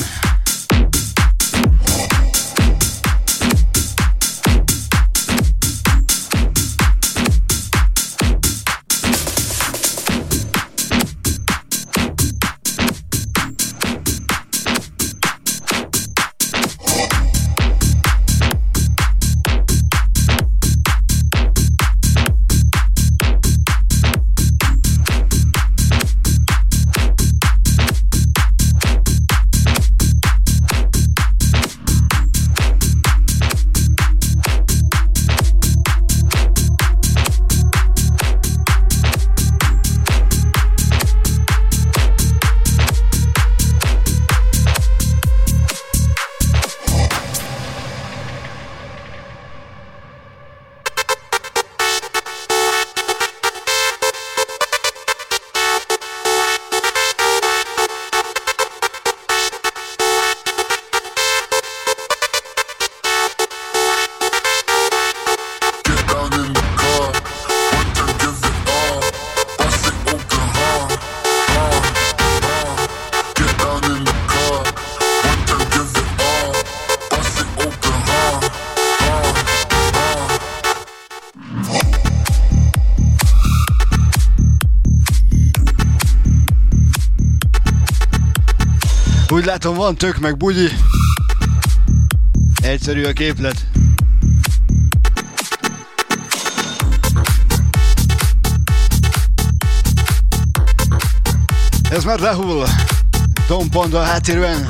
Úgy látom, van tök meg bugyi. Egyszerű a képlet. Ez már lehull. Tom Panda háttérben.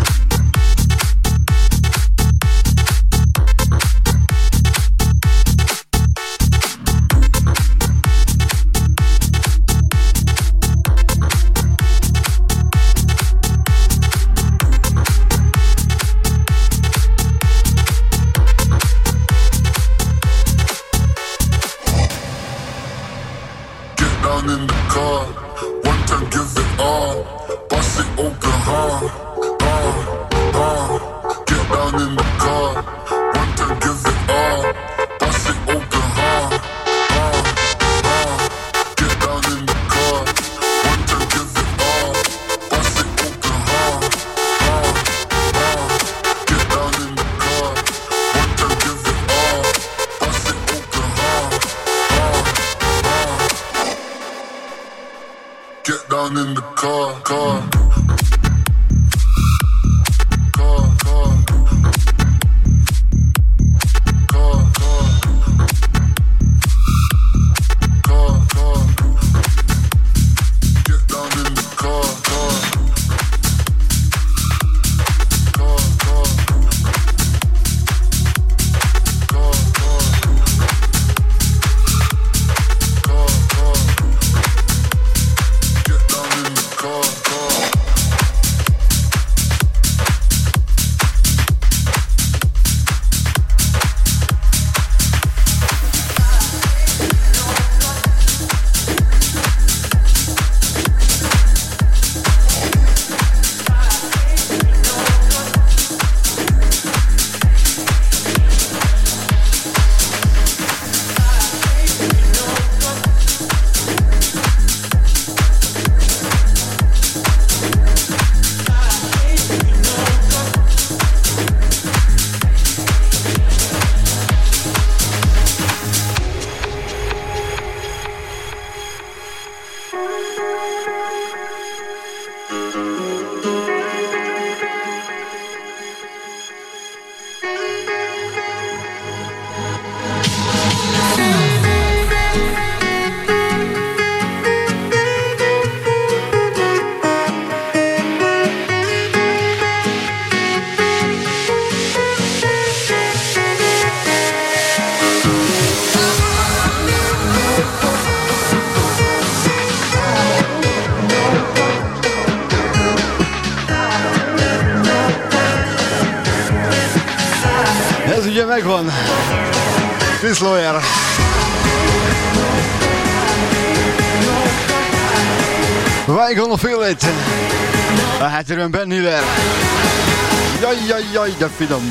Megvan. Chris Lawyer. Why gonna feel it? A háttérben Ben Hiller. Jaj, jaj, jaj, de finom.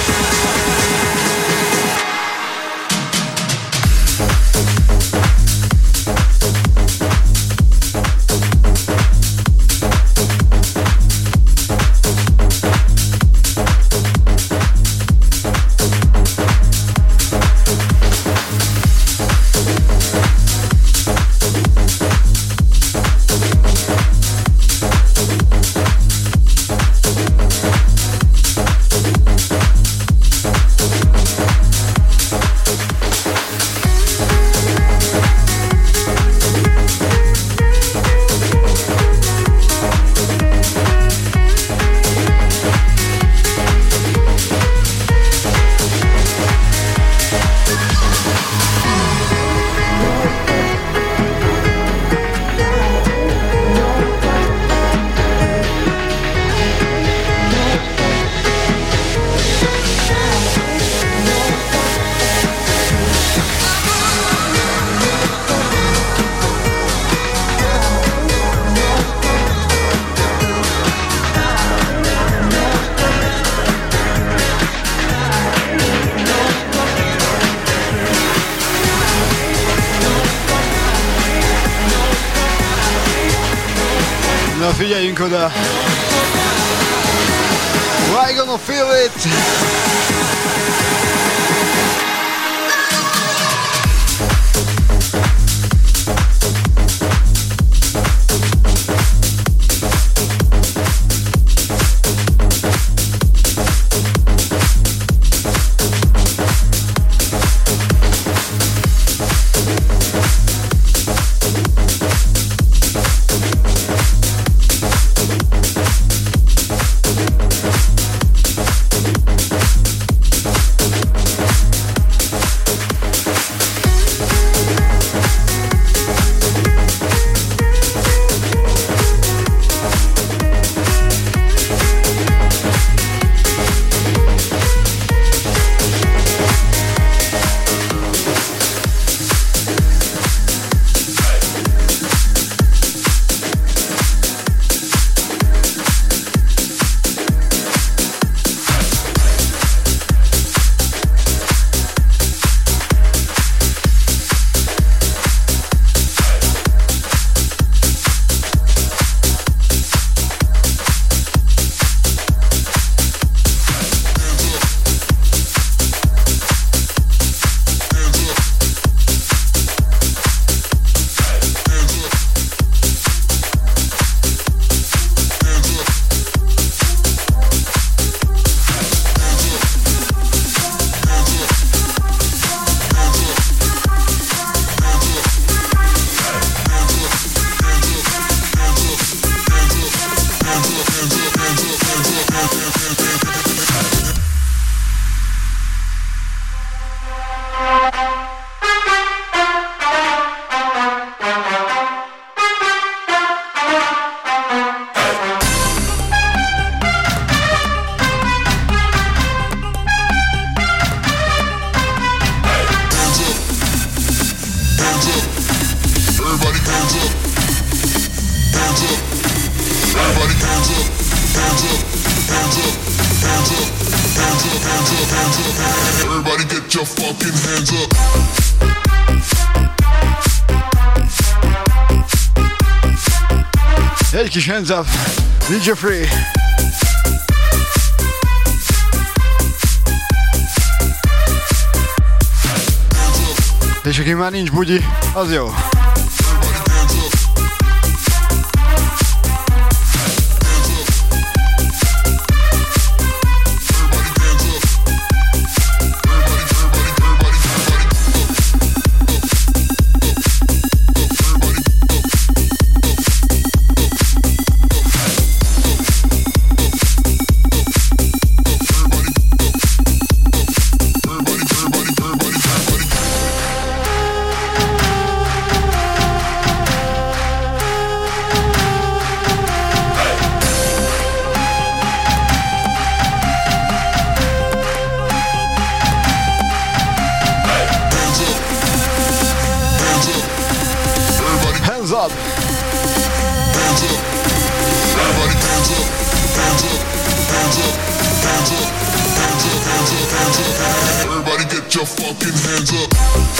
Na figyeljünk oda! Why gonna feel it?
Everybody get your fucking hands up.
Egy kis hands up, dé dzsé Free. És aki már nincs bugyi, az jó.
Everybody get your fucking hands up.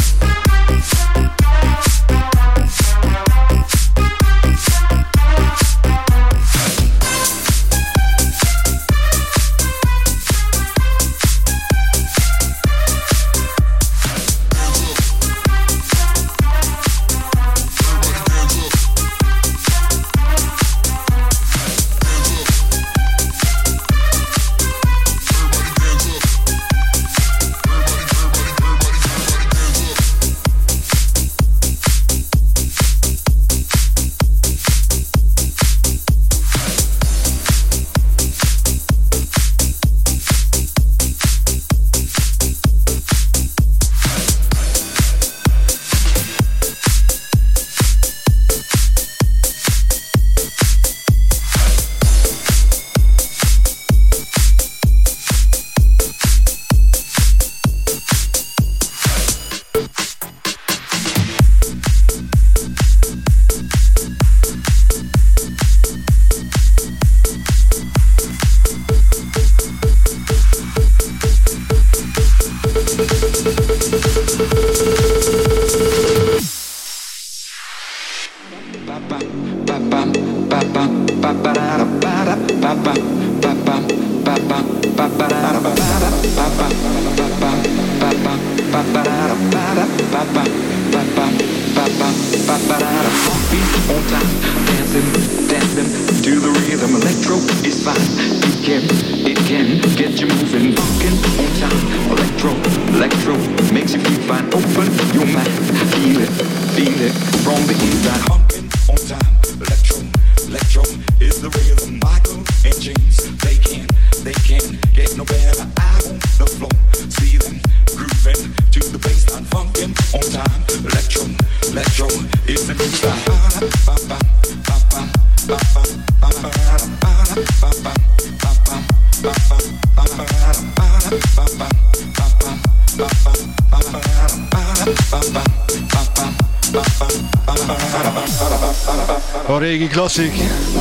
A régi klasszik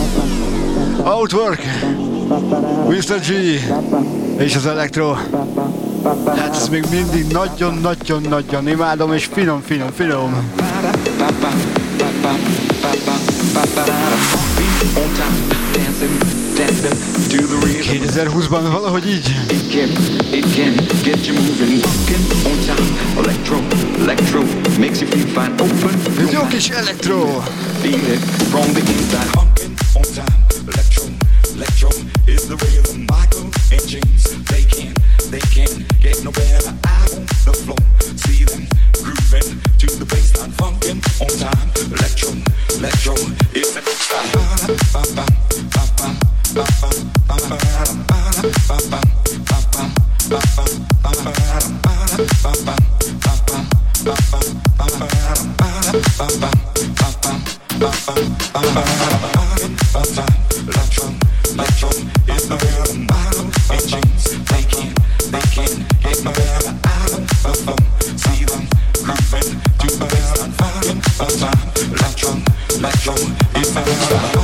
Outwork, miszter G és az Electro. Hát ez még mindig nagyon-nagyon-nagyon imádom, és finom, finom, finom. kétezer-húszban valahogy így. Ez jó kis Electro.
Electro is the rhythm. Michael and James, they can't, they can't get no better. Out on the floor, see them grooving to the baseline, funkin' on time. Electro, electro is the new style.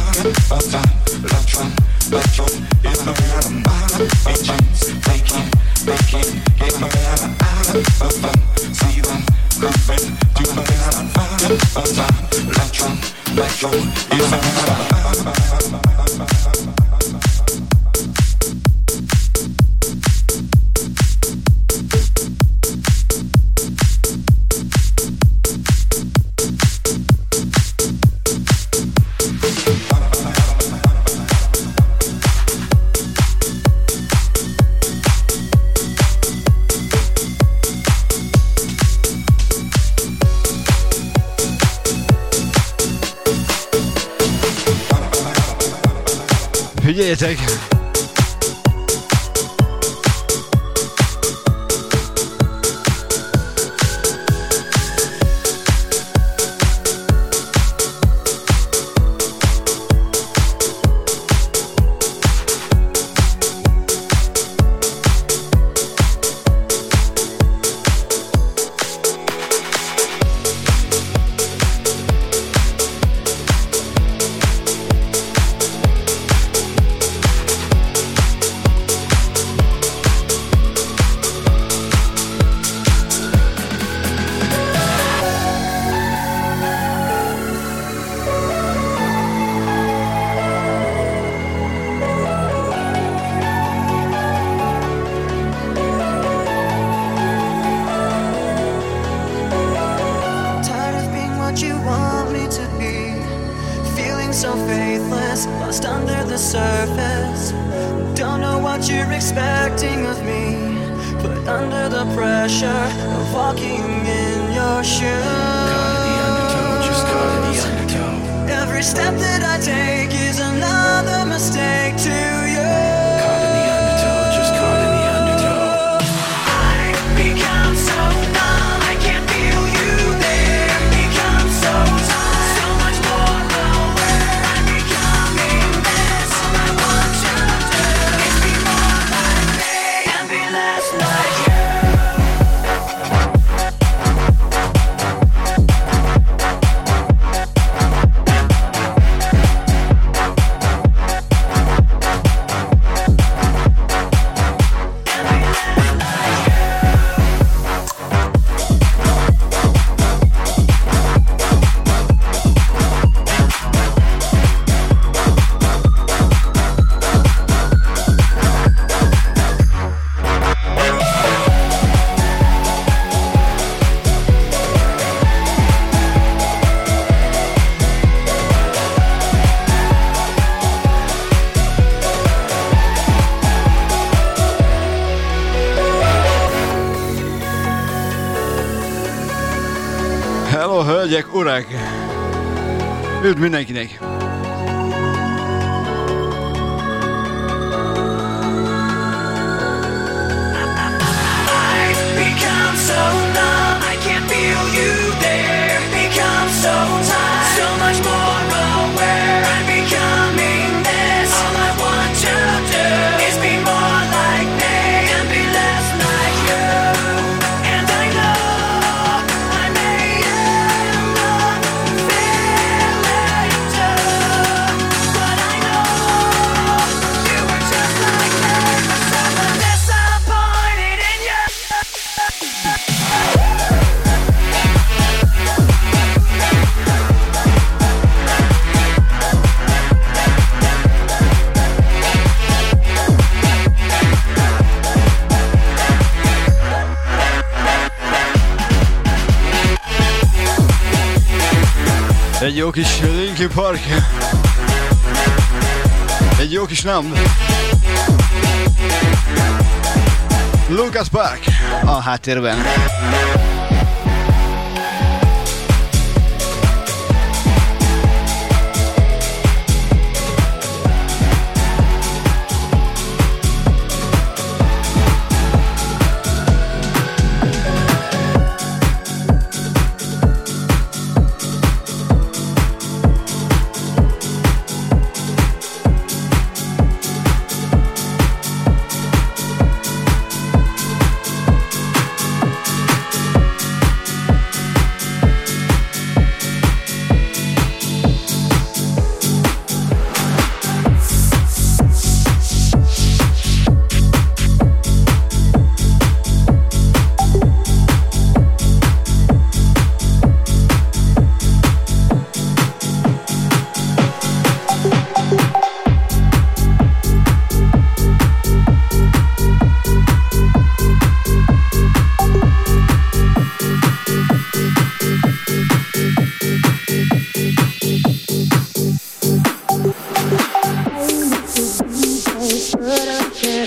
Electron, electron is the rhythm. Ancients, they can't, floor. It's
Figyeljetek! Hölgyek, urak! Üdv mindenkinek! Egy jó kis Linkin Park. Egy jó kis nem. Lucas Park a háttérben.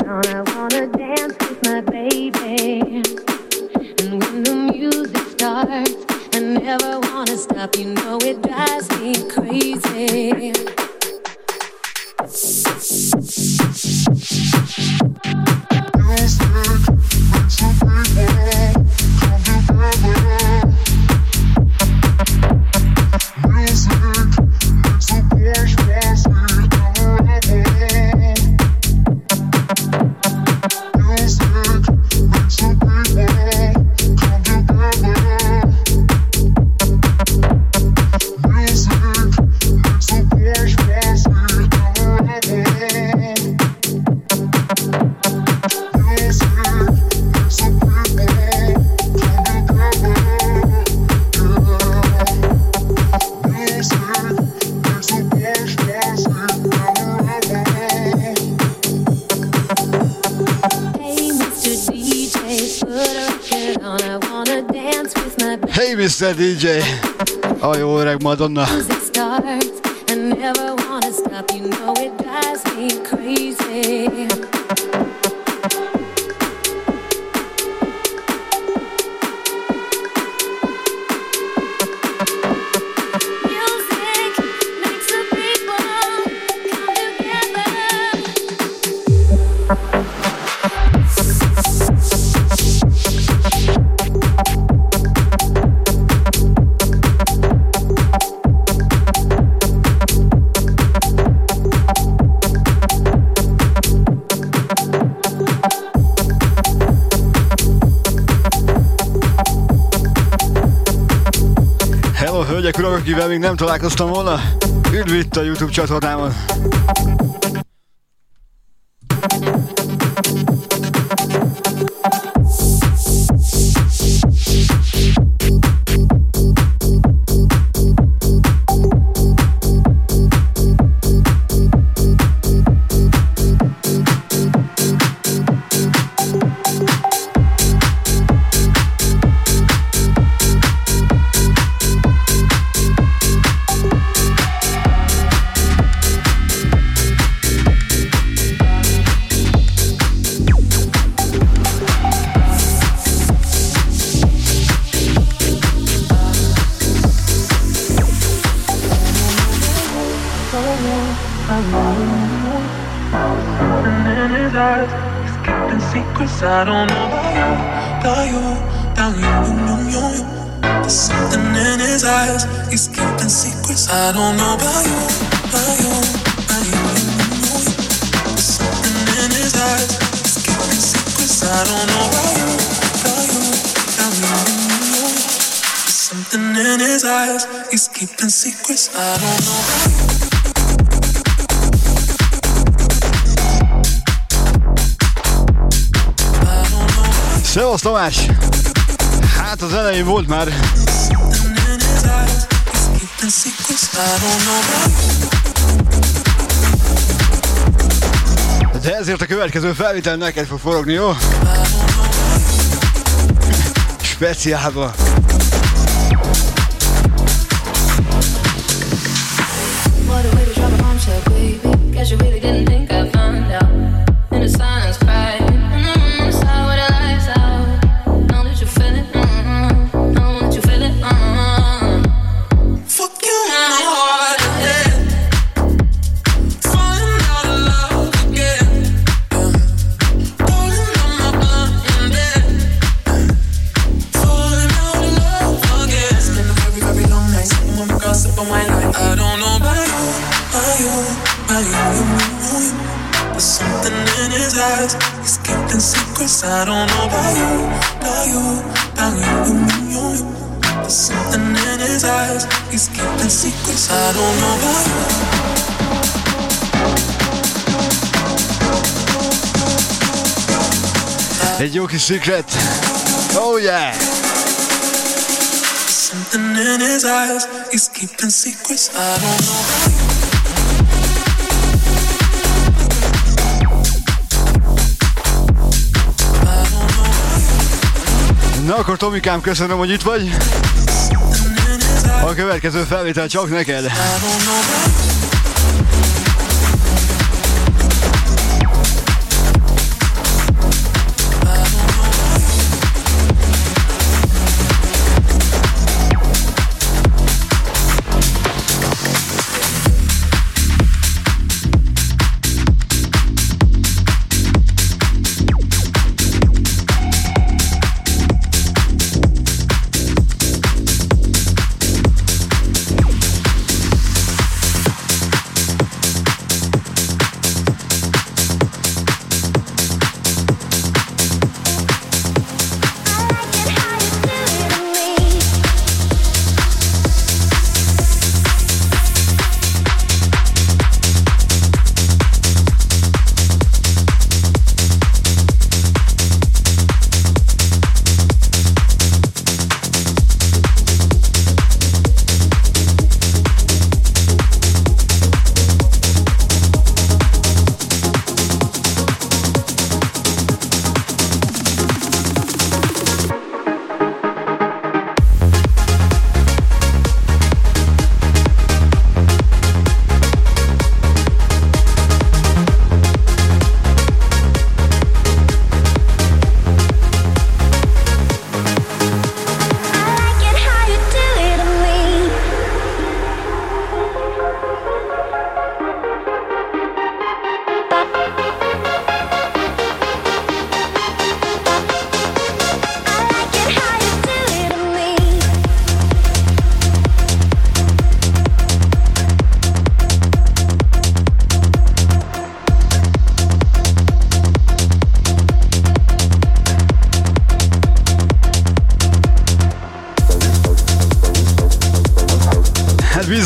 it on. I wanna dance with my baby. And when the music starts, I never wanna stop. You know it drives me crazy.
miszter dé dzsé, a jó öreg Madonna. Hölgyek, urak, akivel még nem találkoztam volna, üdv itt a YouTube csatornámon!
I don't know about you, about you, about you, you, you, you. There's something in his eyes, he's keeping secrets. I don't know about you, about you, about you, you, you, you. There's something in his eyes, he's keeping secrets. I don't know about you, about you, about you, you, you, you. There's something in his eyes, he's keeping secrets. I don't know about you.
Szevasz Tamás! Hát az elején volt már. De ezért a következő felvétel neked fog forogni, jó? Speciálba.
I don't know about you, about you, about you, you, you, you. There's something in his eyes, he's keeping secrets. I don't know about you.
Egy jó kis secret. Oh yeah.
There's something in his eyes, he's keeping secrets. I don't know about you.
Na akkor Tomikám, köszönöm, hogy itt vagy. A következő felvétel csak neked.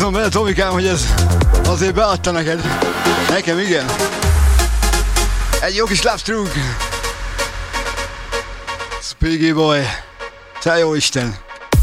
Bízom benne, Tomikám, hogy ez azért beadta neked. Nekem igen. Egy jó kis love stroke. Spiggy boy. Te jó Isten.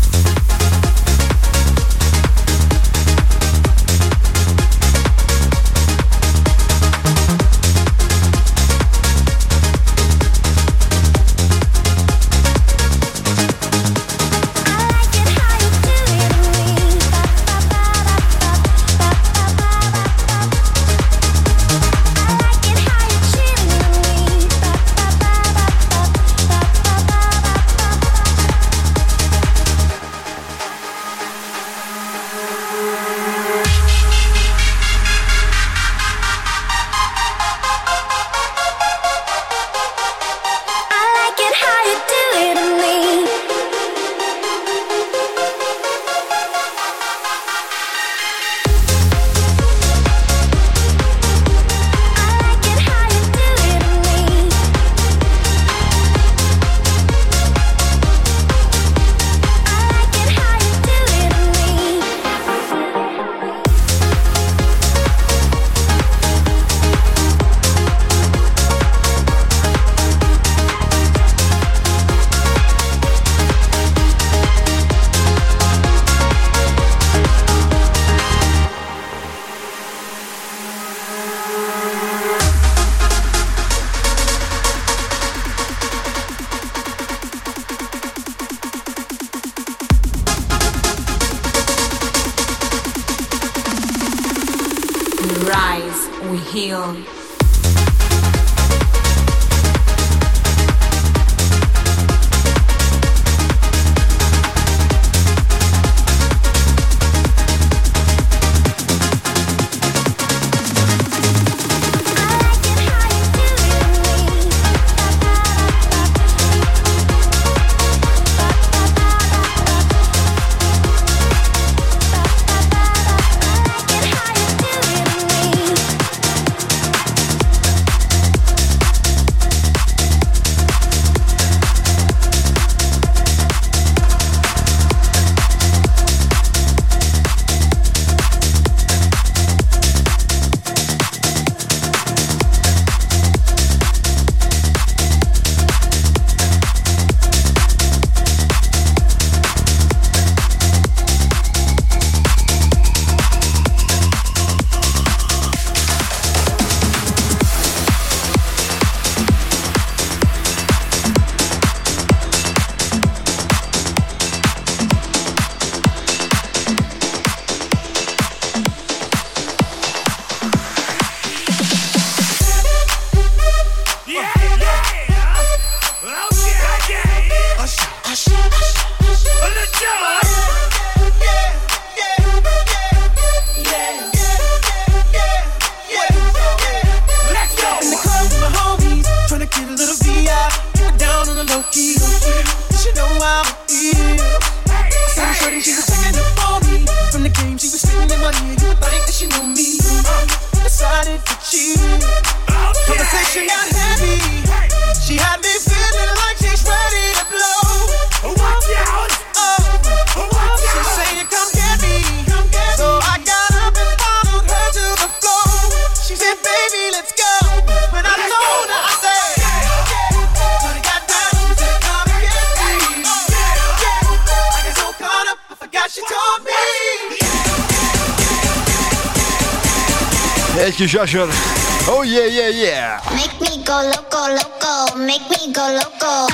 Egy kis Usher. Oh yeah, yeah, yeah.
Make me go loco, loco. Make me go loco.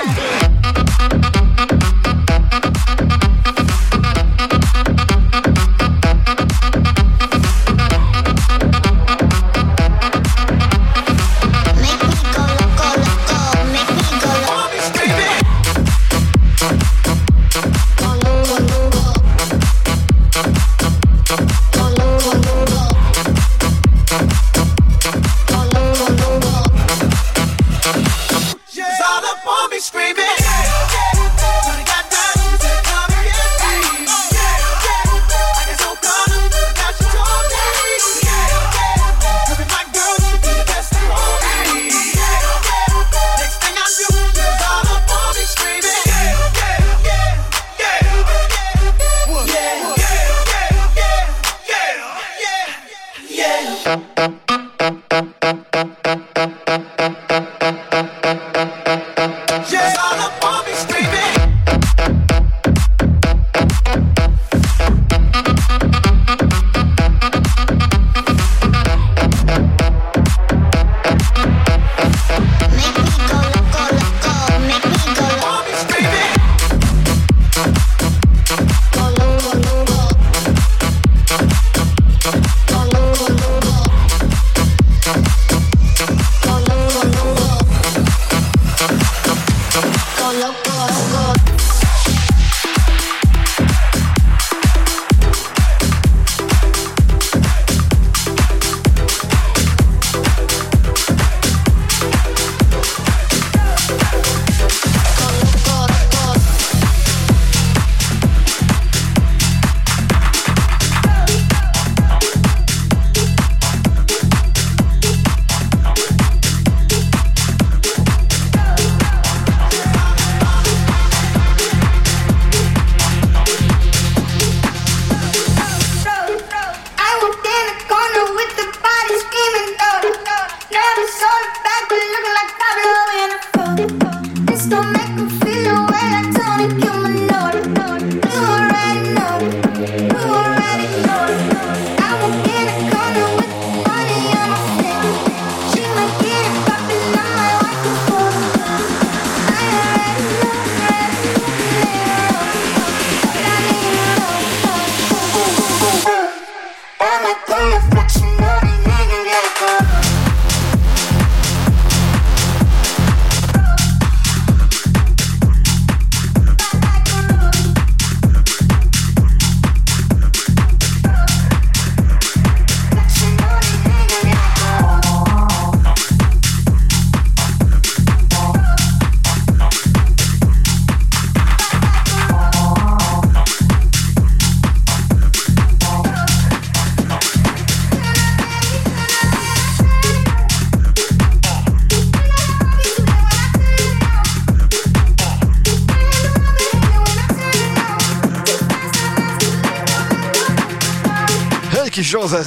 All up on me screaming.
kis Roses.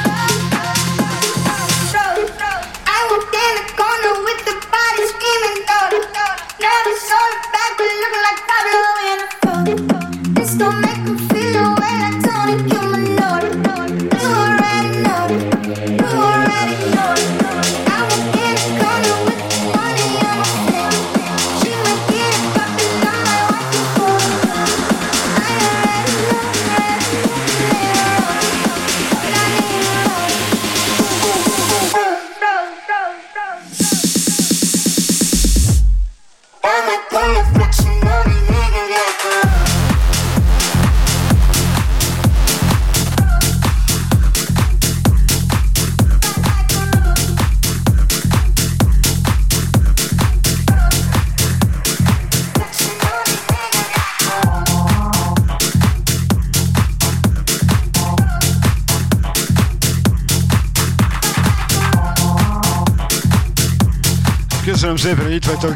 Köszönöm szépen, hogy itt vagytok.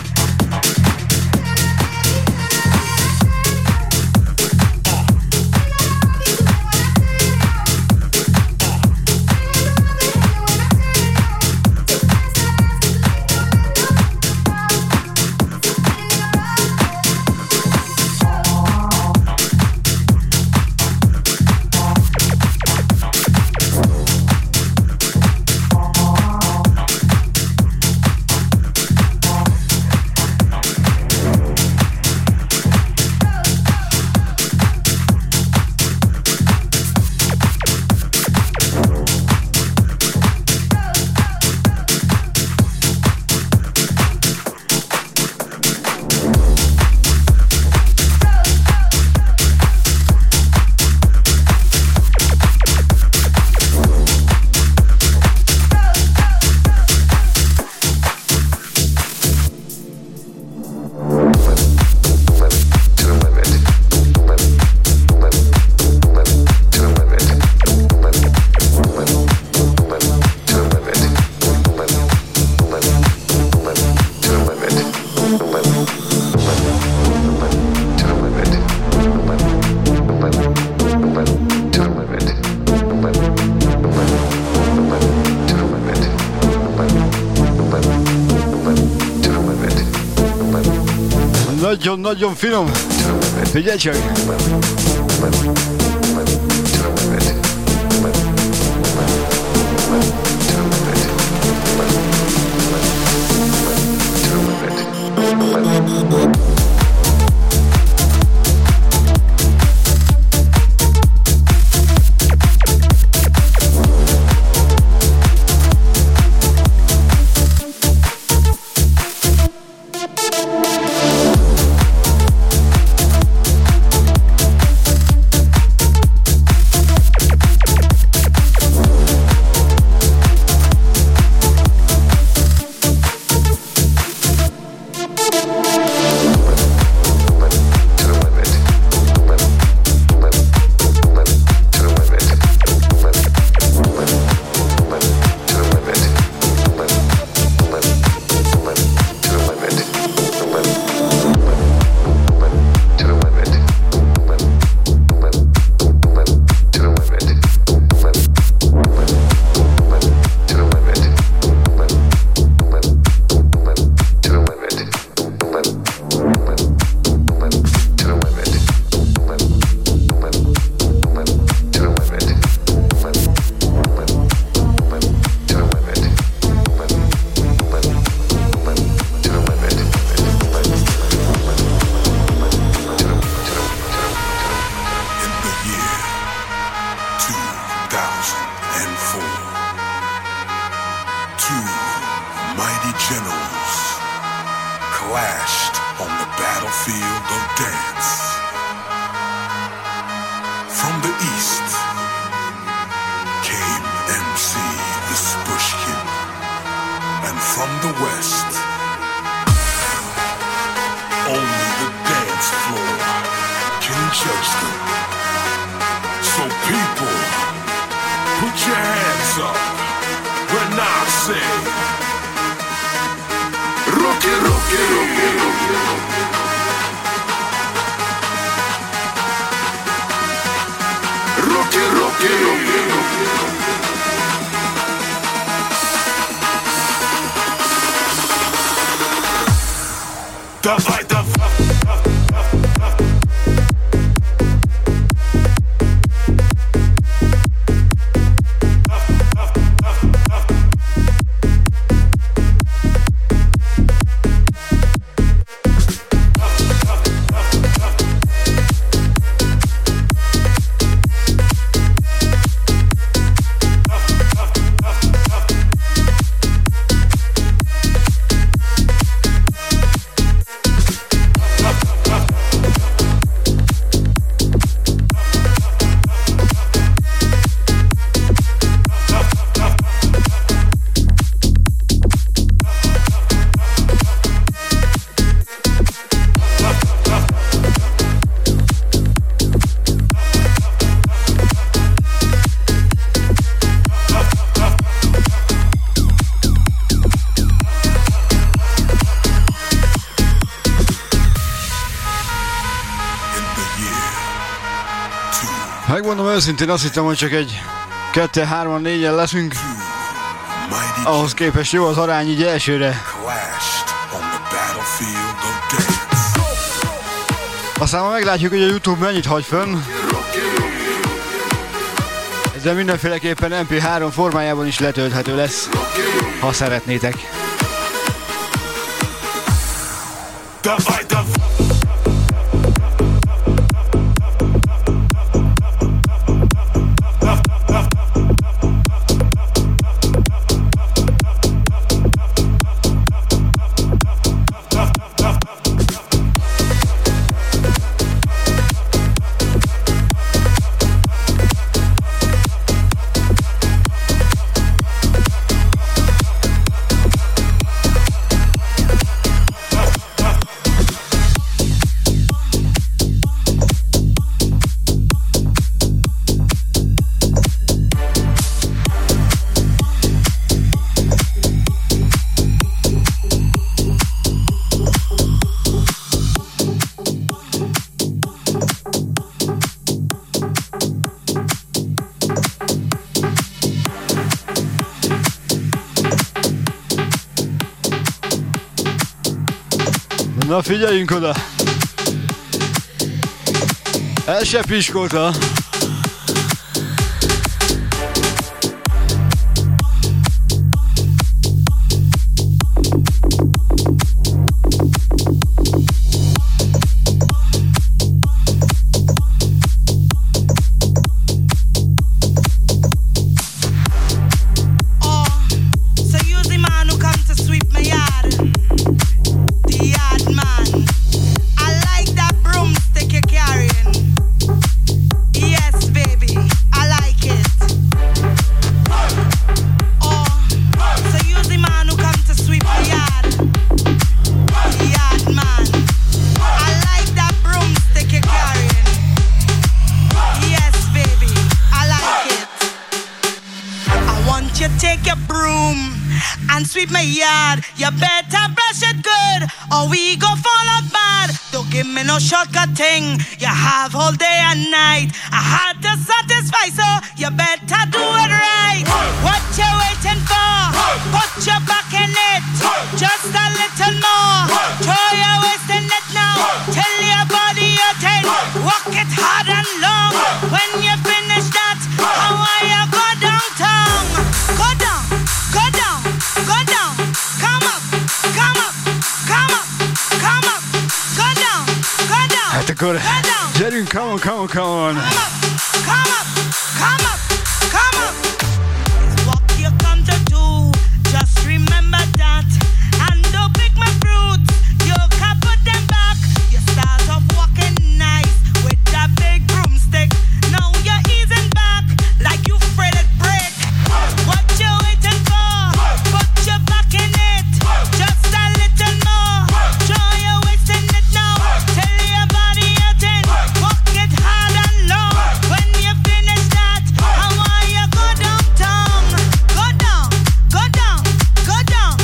Nagyon-nagyon finom. Figyelj csak!
Rocky, rocky, rocky.
Давай, давай.
Megmondom őszintén, azt hittem, hogy csak egy kettő három négyen leszünk. Ahhoz képest jó az arány így elsőre. Aztán már meglátjuk, hogy a YouTube mennyit hagy fönn. Ezzel mindenféleképpen em pé három formájában is letölthető lesz, ha szeretnétek.
Давай, давай.
Na figyeljünk oda! El se piskolta!
Shortcut thing you have all day and night. I had to satisfy, so you better do it right. What you waiting for? Put your back in it. Just a little more. Throw your waist in it now. Tell your body you're ten. Walk it hard and long. When you finish that, how are you go downtown? Go down, go down, go down. Come up, come up, come up, come up, go down.
Hát akkor gyerünk, come on, come on, come on!
Come up, come up, come up, come up! It's what you come to do, just remember that. And don't pick my fruits, you can put them back. You start off walking nice with that big broomstick. Now you're easing back like you fretted brick. What you waiting for? Put your back in it, just a little more. Throw your waist in it now, tell your body you're ten. Walk it hard and long. When you finish that, how are you go downtown? Go down, go down, go down,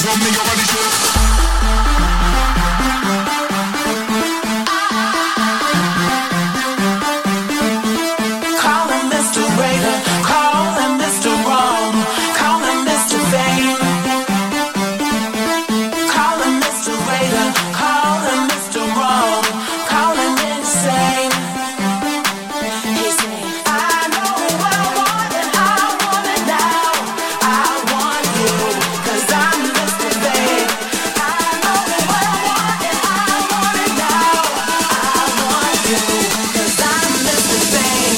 from me, your body shake.
Call him Mister Raider, call him Mister Wrong, call him Mister Vain. Call him Mister Raider, call him Mister Wrong, call him insane. He say, I know what I want and I want it now. I want you, cause I'm Mister Vain. I know what I want and I want it now. I want you, cause I'm Mister Vain.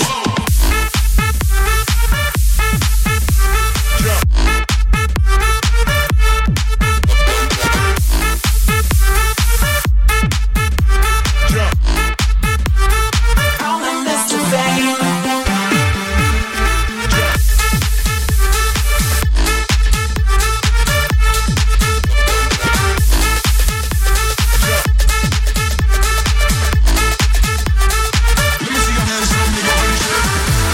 Call him Mister Vain.
Let me see your hands from me, your body shake.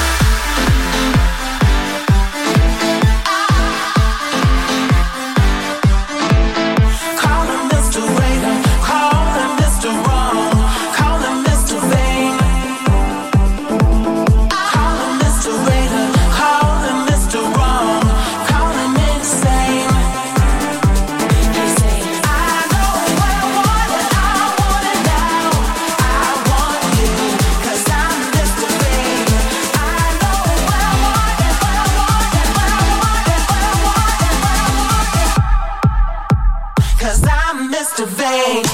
Call him Mister Raider, call him Mister Wrong, call him Mister Vain. Call him Mister Raider, call him Mister Wrong, call him insane. He say, I know what I want and I want it now. I want you, cause I'm Mister Vain. I know what I want and what I want and what I want and what I want and what I want, cause I'm Mister Vain.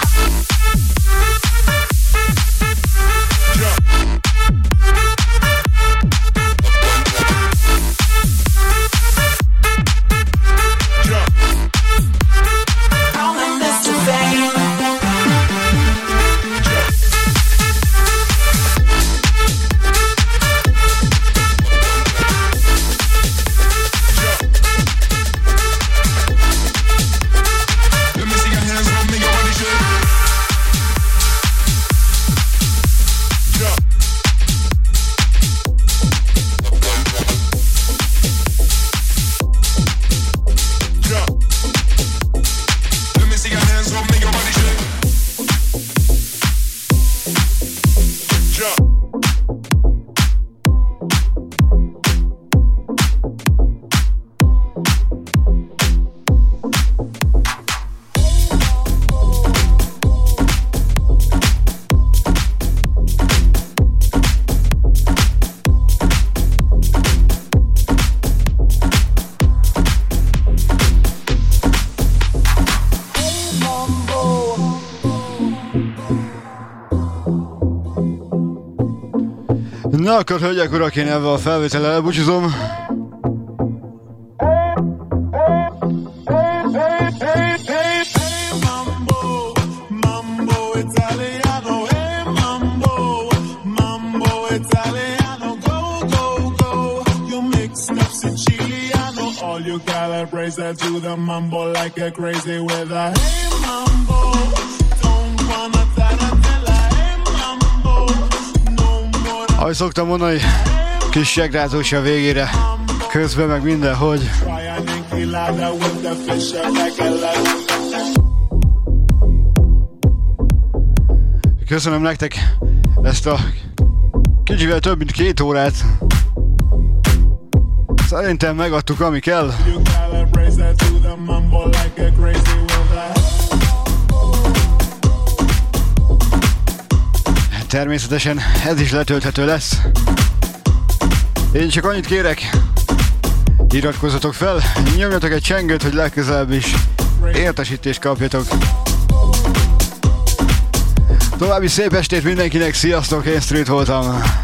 Call him Mister Vain.
Let me see your hands from me, your body shake. Let me see your hands from me, your body shake.
Na akkor, hölgyek, urak, én ebben a felvétellel elbúcsúzom.
Mambo, mambo Italiano, hey mambo, mambo Italiano, go, go, go. You mix up Siciliano, all you gotta praise that to the mambo like a crazy with a hey mambo. Don't wanna taratella, hey mambo, no more.
Ahogy szoktam mondani, kis segrázós a végére, közben meg mindenhogy.
Try an enchilada with the fish like a ladder.
Köszönöm nektek ezt a kicsivel több mint két órát. Szerintem megadtuk, ami kell.
You gotta praise that to the mambo like a crazy with a
Természetesen ez is letölthető lesz. Én csak annyit kérek, iratkozzatok fel, nyomjatok egy csengőt, hogy legközelebb is értesítést kapjatok. További szép estét mindenkinek, sziasztok, én Street voltam.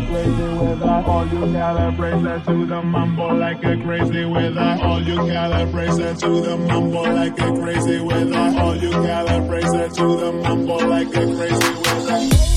crazy weather. All you calibrate that to the mambo like a crazy weather. All you calibrate that to the mambo like a crazy weather. All you calibrate that to the mambo like a crazy weather.